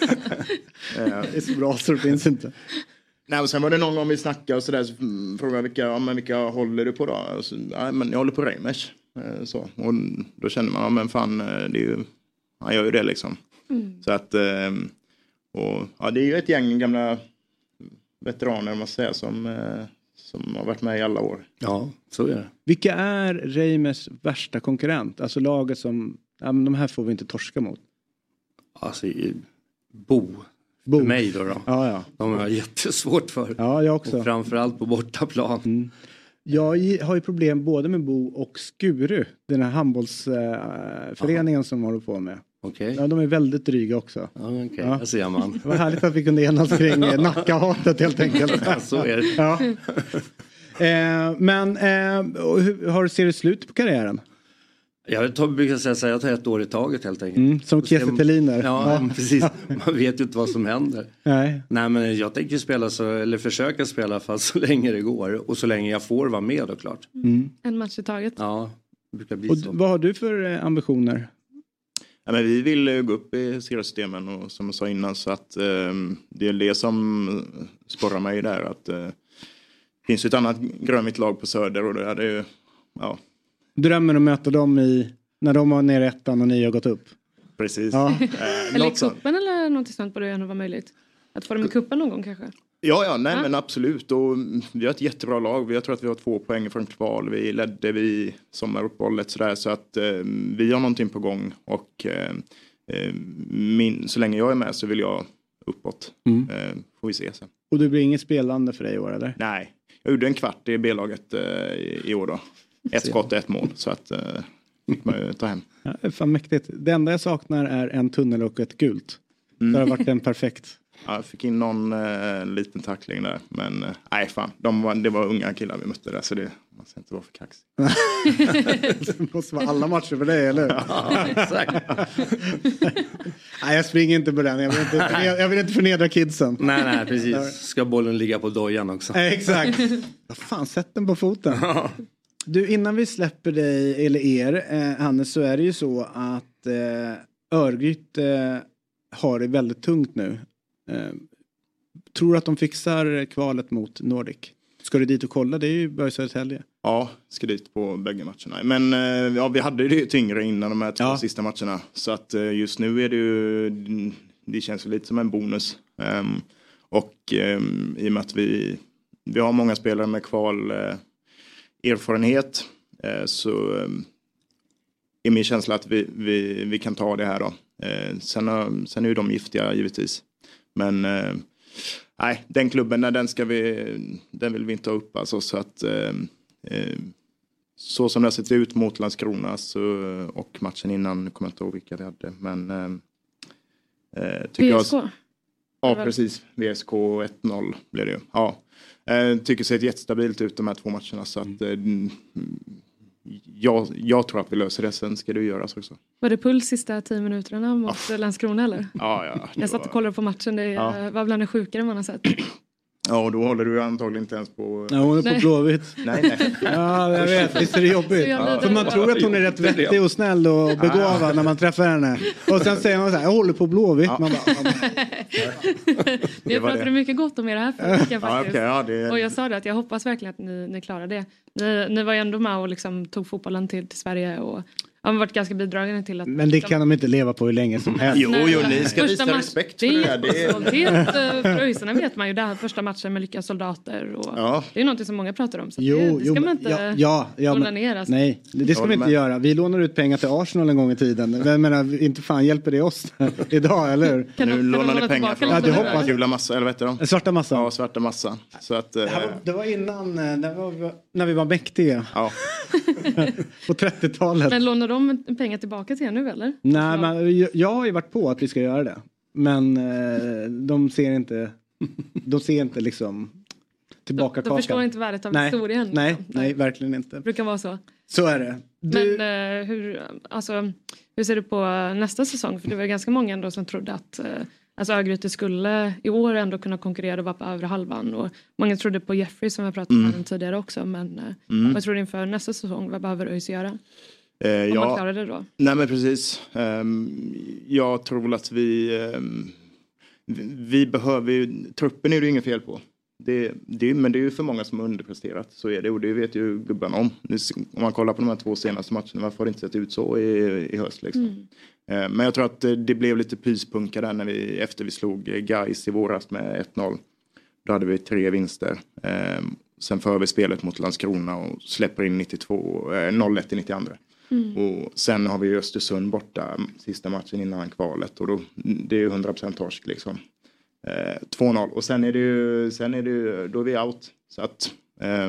Det är så bra så det finns inte. Nej, och sen var det någon gång vi snackade och sådär så frågade jag vilka, ja, men vilka håller du på då? Och så, nej, men jag håller på Reimers. Så. Och då kände man, ja men fan, det är ju, han gör ju det liksom. Mm. Så att, och, ja, det är ju ett gäng gamla veteraner man säger som, som har varit med i alla år. Ja, så är det. Vilka är Reimers värsta konkurrent? Alltså laget som, ja men de här får vi inte torska mot. Alltså, Bo. Bo. För mig då, då. Ja, ja. De har jättesvårt för. Ja, jag också. Och framförallt på bortaplan. Mm. Jag har ju problem både med Bo och Skuru. Den här handbollsföreningen äh, som håller på med. Okay. Ja, de är väldigt dryga också. Ja, okej. Okay. Ja. Det ser man. Det var härligt att vi kunde enas kring Nackahatet helt enkelt. Ja, så är det. Ja. eh, men eh, hur, har, ser du slut på karriären? Jag tar, brukar säga så här, jag tar ett år i taget helt enkelt. Mm, som Kiese Theliner. Ja, ja, precis. Man vet ju inte vad som händer. Nej. Nej, men jag tänker spela så, eller försöka spela fast så länge det går. Och så länge jag får vara med då, klart. Mm. En match i taget. Ja, det brukar bli och så. Vad har du för eh, ambitioner? Ja, men vi vill uh, gå upp i seriesystemen och som jag sa innan så att uh, det är det som sporrar mig där. Att uh, finns ett annat grönvitt lag på Söder och det är ju, ja. Drömmer att möta dem i när de var nere i ettan och ni har gått upp. Precis. Ja. eh, eller i kuppen eller något sånt borde ändå vara möjligt. Att få dem i kuppen någon gång kanske. Ja, ja, nej ja. men absolut. Och vi har ett jättebra lag. Jag tror att vi har två poäng från kval. Vi ledde vi sommaruppehållet sådär. Så att eh, vi har någonting på gång. Och eh, min, så länge jag är med så vill jag uppåt. Mm. Eh, får vi se sen. Och det blir inget spelande för dig i år eller? Nej, jag gjorde en kvart i B-laget eh, i, i år då. Ett skott och ett mål. Så att eh, fick man ju ta hem. Ja, det är fan mäktigt. Det enda jag saknar är en tunnel och ett gult. Mm. Det har varit en perfekt. Ja, jag fick in någon eh, liten tackling där. Men eh, nej fan, de var, det var unga killar vi mötte där. Så det man ska inte vara för kaxig. Det måste vara alla matcher för dig, eller? Ja, exakt. Nej, jag springer inte på den. Jag vill inte, jag vill inte förnedra kidsen. Nej, nej, precis. Ska bollen ligga på dojan också. Exakt. Vad fan, sätt den på foten. Du, innan vi släpper dig, eller er, eh, Hannes, så är det ju så att eh, Örgryte eh, har det väldigt tungt nu. Eh, tror du att de fixar kvalet mot Nordic? Ska du dit och kolla? Det är ju bara Södertälje. Ja, ska dit på bägge matcherna. Men eh, ja, vi hade det ju tyngre innan de här två ja. sista matcherna. Så att eh, just nu är det ju, det känns ju lite som en bonus. Um, och um, i och med att vi, vi har många spelare med kval eh, erfarenhet eh, så eh, är min känsla att vi, vi, vi kan ta det här då. Eh, sen, har, sen är ju de giftiga givetvis. Men eh, nej, den klubben den ska vi, den vill vi inte ta upp alltså, så att eh, eh, så som det har sett ut mot Landskrona så, och matchen innan, kommer jag inte ihåg vilka vi hade, men eh, tycker V S K? Jag, ja, precis. V S K ett noll blev det ju. Ja. Eh, tycker ser ett jättestabilt ut de här två matcherna så att eh, jag, jag tror att vi löser det, sen ska det göras också. Var det puls sista tio minuterna mot oh. Landskrona eller? Ja, ja. Jag satt och kollade på matchen, det ja. var bland det sjukare man har sett. Ja, och då håller du antagligen inte ens på... Ja, hon är nej. på Blåvitt. Nej, nej. Ja, jag vet. Visst är det jobbigt. Ja. För man tror att hon är rätt vettig och snäll och begåvad ja. när man träffar henne. Och sen säger hon så här, jag håller på Blåvitt. Ja. Man bara, vi pratade mycket gott om er här för veckan faktiskt. Ja, okay, ja, det... Och jag sa det att jag hoppas verkligen att ni, ni klarar det. Ni, ni var ju ändå med och liksom tog fotbollen till, till Sverige och... har varit ganska bidragande till att... Men det kan de inte leva på hur länge som helst. Jo, jo, ni ska visa match, respekt för det här. Det är... Helt för ÖISarna vet man ju, det här första matchen med Lyckas soldater. Och ja. Det är något som många pratar om. Så jo, det, det ska jo, man inte ja, ja, ja, låna ner. Alltså. Nej, det, det ska vi inte göra. Vi lånar ut pengar till Arsenal en gång i tiden. Jag menar, inte fan hjälper det oss idag, eller hur? Kan nu kan lånar ni pengar från ja, det hoppas. Gula massa, eller vet du de? Svarta massa. Ja, svarta massa. Så att, det, var, det var innan, när, var, när vi var mäktiga. Ja. På trettiotalet. Men lånar de pengar tillbaka till er nu eller? Nej, men jag, jag har ju varit på att vi ska göra det. Men eh, de ser inte de ser inte liksom tillbaka de, de förstår inte värdet av nej, historien. Nej, liksom. nej, verkligen inte. Det brukar vara så. Så är det. Du... Men eh, hur, alltså, hur ser du på nästa säsong? För det var ganska många ändå som trodde att eh, alltså Örgryte skulle i år ändå kunna konkurrera och vara på övre halvan. Och många trodde på Jeffrey som jag pratade mm. om tidigare också. Men mm. vad tror du inför nästa säsong? Vad behöver ÖIS göra? Eh, Om ja, man klarar det då? Nej men precis. Um, jag tror att vi um, vi, vi behöver ju, truppen är det inget fel på. Det, det, men det är ju för många som har underpresterat. Så är det, och det vet ju gubbarna om. Nu, om man kollar på de här två senaste matcherna, varför har det inte sett ut så i, i höst liksom. Mm. Uh, men jag tror att det blev lite pyspunka där när vi, efter vi slog Gais i våras med ett noll. Då hade vi tre vinster. Um, sen för vi spelet mot Landskrona och släpper in nittiotvå, uh, noll ett i nittiotvå. Mm. Och sen har vi Östersund borta sista matchen innan kvalet. Och då, det är ju hundra procent torsk liksom. Eh, två noll. Och sen är det ju, sen är det ju, då är vi out. Så att eh,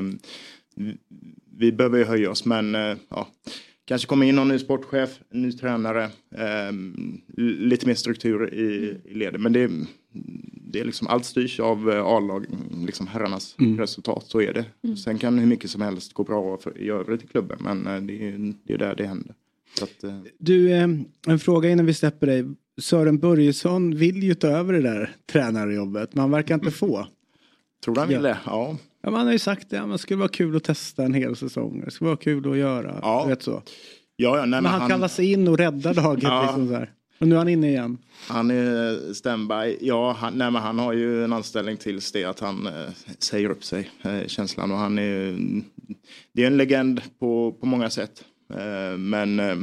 vi behöver ju höja oss. Men eh, ja, kanske kommer in någon ny sportchef, ny tränare. Eh, lite mer struktur i, i ledet. Men det, det är liksom, allt styrs av A-lag, liksom herrarnas mm. resultat. Så är det. Mm. Sen kan hur mycket som helst gå bra för, i övrigt i klubben. Men eh, det är det är där det händer. Så att, eh. Du, eh, en fråga innan vi släpper dig. Sören Börjesson vill ju ta över det där tränarjobbet. Men han verkar inte få. Tror du han vill det? Ja. Ja, man har ju sagt det. Ja, det skulle vara kul att testa en hel säsong. Det skulle vara kul att göra. Ja. Vet så. Ja, ja, nej, men men han, han kallar sig in och räddar laget. Ja. Liksom så här. Och nu är han inne igen. Han är standby. Ja, han, nej, men han har ju en anställning tills det att han eh, säger upp sig. Eh, känslan. Och han är, det är en legend på, på många sätt. Eh, men eh,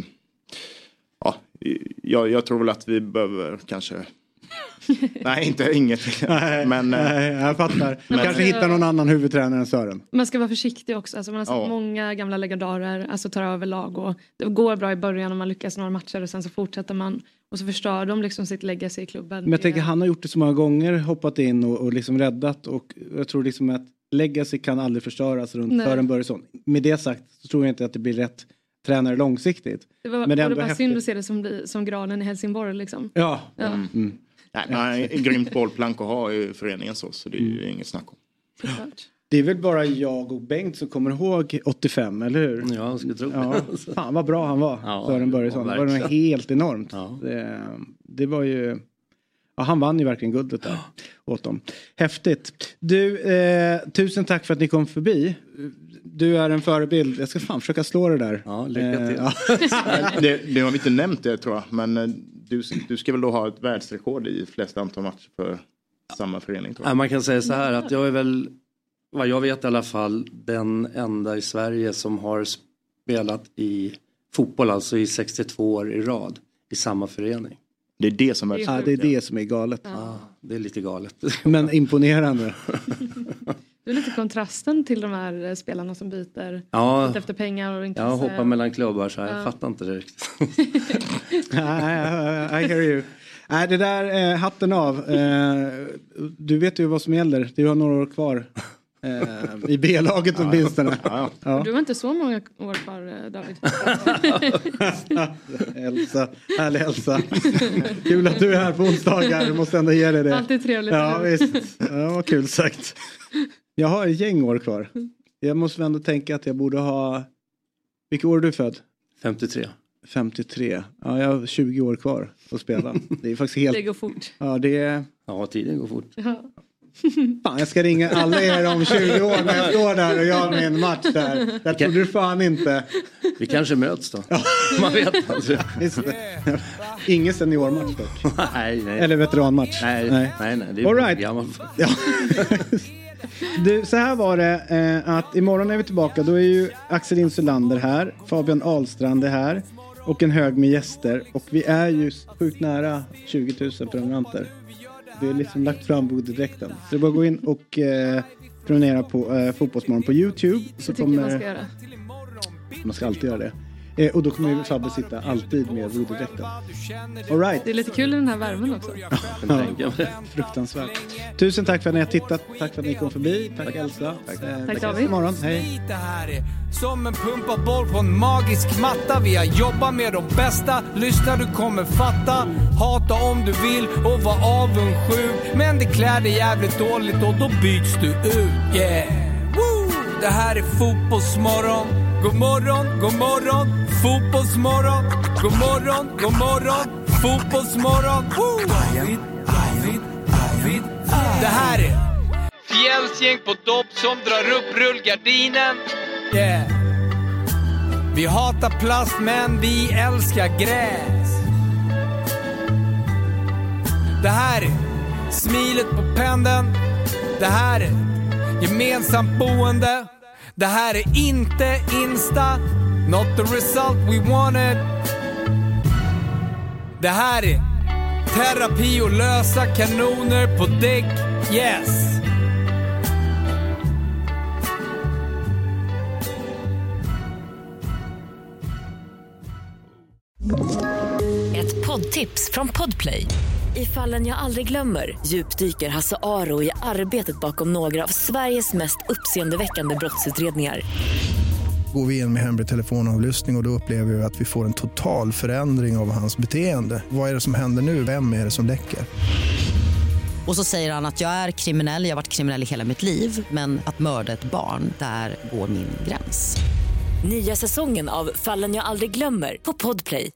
ja, jag, jag tror väl att vi behöver kanske... nej, inte inget. nej, men, nej, jag fattar. Man kanske hittar någon annan huvudtränare än Sören. Man ska vara försiktig också. Alltså man har sett ja. många gamla legendarer alltså tar över lag. Och det går bra i början om man lyckas några matcher. Och sen så fortsätter man. Och så förstör de liksom sitt legacy i klubben. Men jag tänker han har gjort det så många gånger. Hoppat in och, och liksom räddat. Och jag tror liksom att legacy kan aldrig förstöras runt Nej. Sören Börjesson. Med det sagt så tror jag inte att det blir rätt tränare långsiktigt. Det var, men det var bara synd att se det som, som granen i Helsingborg liksom. Ja. ja. Mm. Mm. Nej, men han är en grymt bollplank att ha i föreningen så, så det är ju mm. inget snack om. Det är väl bara jag och Bengt som kommer ihåg åttiofem, eller hur? Ja, jag skulle tro ja. Fan vad bra han var, ja, Sören Börjesson. Det var nog helt enormt. Ja. Det, det var ju... Ja, han vann ju verkligen guldet där åt dem. Häftigt. Du, eh, tusen tack för att ni kom förbi. Du är en förebild. Jag ska fan försöka slå det där. Ja, lycka till. Eh, ja. det, det har vi inte nämnt det tror jag. Men du, du ska väl då ha ett världsrekord i flest antal matcher för samma förening tror jag. Ja, man kan säga så här att jag är väl, vad jag vet i alla fall, den enda i Sverige som har spelat i fotboll, alltså i sextiotvå år i rad i samma förening. Det är det som är, ja, det är det som är galet. Ja, det är lite galet. Men imponerande. Det är lite kontrasten till de här spelarna som byter ja, efter pengar och intresse. Ja, hoppar mellan klubbar så här. Ja. Jag fattar inte det riktigt. I hear you. Nej, det där, eh, hatten av. Eh, du vet ju vad som gäller. Du har några år kvar. Eh, I B-laget åtminstone. Ja. Ja. Du har inte så många år kvar, David. Elsa, härlig Elsa. Kul att du är här på onsdagar. Du måste ändå ge dig det. Alltid trevligt. Ja, visst. Ja, vad kul sagt. Jag har ett gäng år kvar. Jag måste ändå tänka att jag borde ha Vilket år är du född? femtiotre. femtiotre. Ja, jag har tjugo år kvar att spela. Det är faktiskt helt... Det går fort. Ja, det är... Ja, tiden går fort. Ja. Fan, jag ska ringa alla er om tjugo år när jag står där och gör min match där. Jag trodde du fan inte. Vi kanske möts då. Man vet alltså. Ingen seniormatch dock. Nej, nej. Eller veteranmatch. Nej, nej, nej. nej det är all right. gammal. Ja. Du, så här var det eh, att imorgon är vi tillbaka. Då är ju Axel Insulander här, Fabian Ahlstrand är här och en hög med gäster. Och vi är ju sjukt nära tjugo tusen prenumeranter. Vi har liksom lagt fram bodedräkten. Så det är bara att gå in och eh, prenumerera på eh, Fotbollsmorgon på YouTube. Så så tycker kommer, man ska göra. Man ska alltid göra det. Eh, och då kommer ju Fabbe sitta alltid med bodedräkten. All right. Det är lite kul i den här värmen också. Ja, fruktansvärt. Tusen tack för att ni har tittat. Tack för att ni kom förbi. Tack, tack Elsa. Tack, eh, tack David. Imorgon. Hej. Det här är som en pumpad boll på en magisk matta. Vi har jobbat med de bästa. Lyssna, du kommer fatta. Hata om du vill och var avundsjuk. Men det klär dig jävligt dåligt och då byts du ut. Yeah. Woo! Det här är Fotbollsmorgon. God morgon, god morgon. Fotbollsmorgon. God morgon, god morgon. Fotbollsmorgon. Woo! David, David, David. Det här är Fjällsgäng på dopp som drar upp rullgardinen. Yeah. Vi hatar plast men vi älskar gräs. Det här är smilet på pendeln. Det här är gemensamt boende. Det här är inte Insta, not the result we wanted. Det här är terapi och lösa kanoner på däck, yes. Ett poddtips från Podplay. I Fallen jag aldrig glömmer djupdyker Hasse Aro i arbetet bakom några av Sveriges mest uppseendeväckande brottsutredningar. Går vi in med hemlig telefonavlyssning och, och då upplever vi att vi får en total förändring av hans beteende. Vad är det som händer nu? Vem är det som läcker? Och så säger han att jag är kriminell, jag har varit kriminell i hela mitt liv. Men att mörda ett barn, där går min gräns. Nya säsongen av Fallen jag aldrig glömmer på Podplay.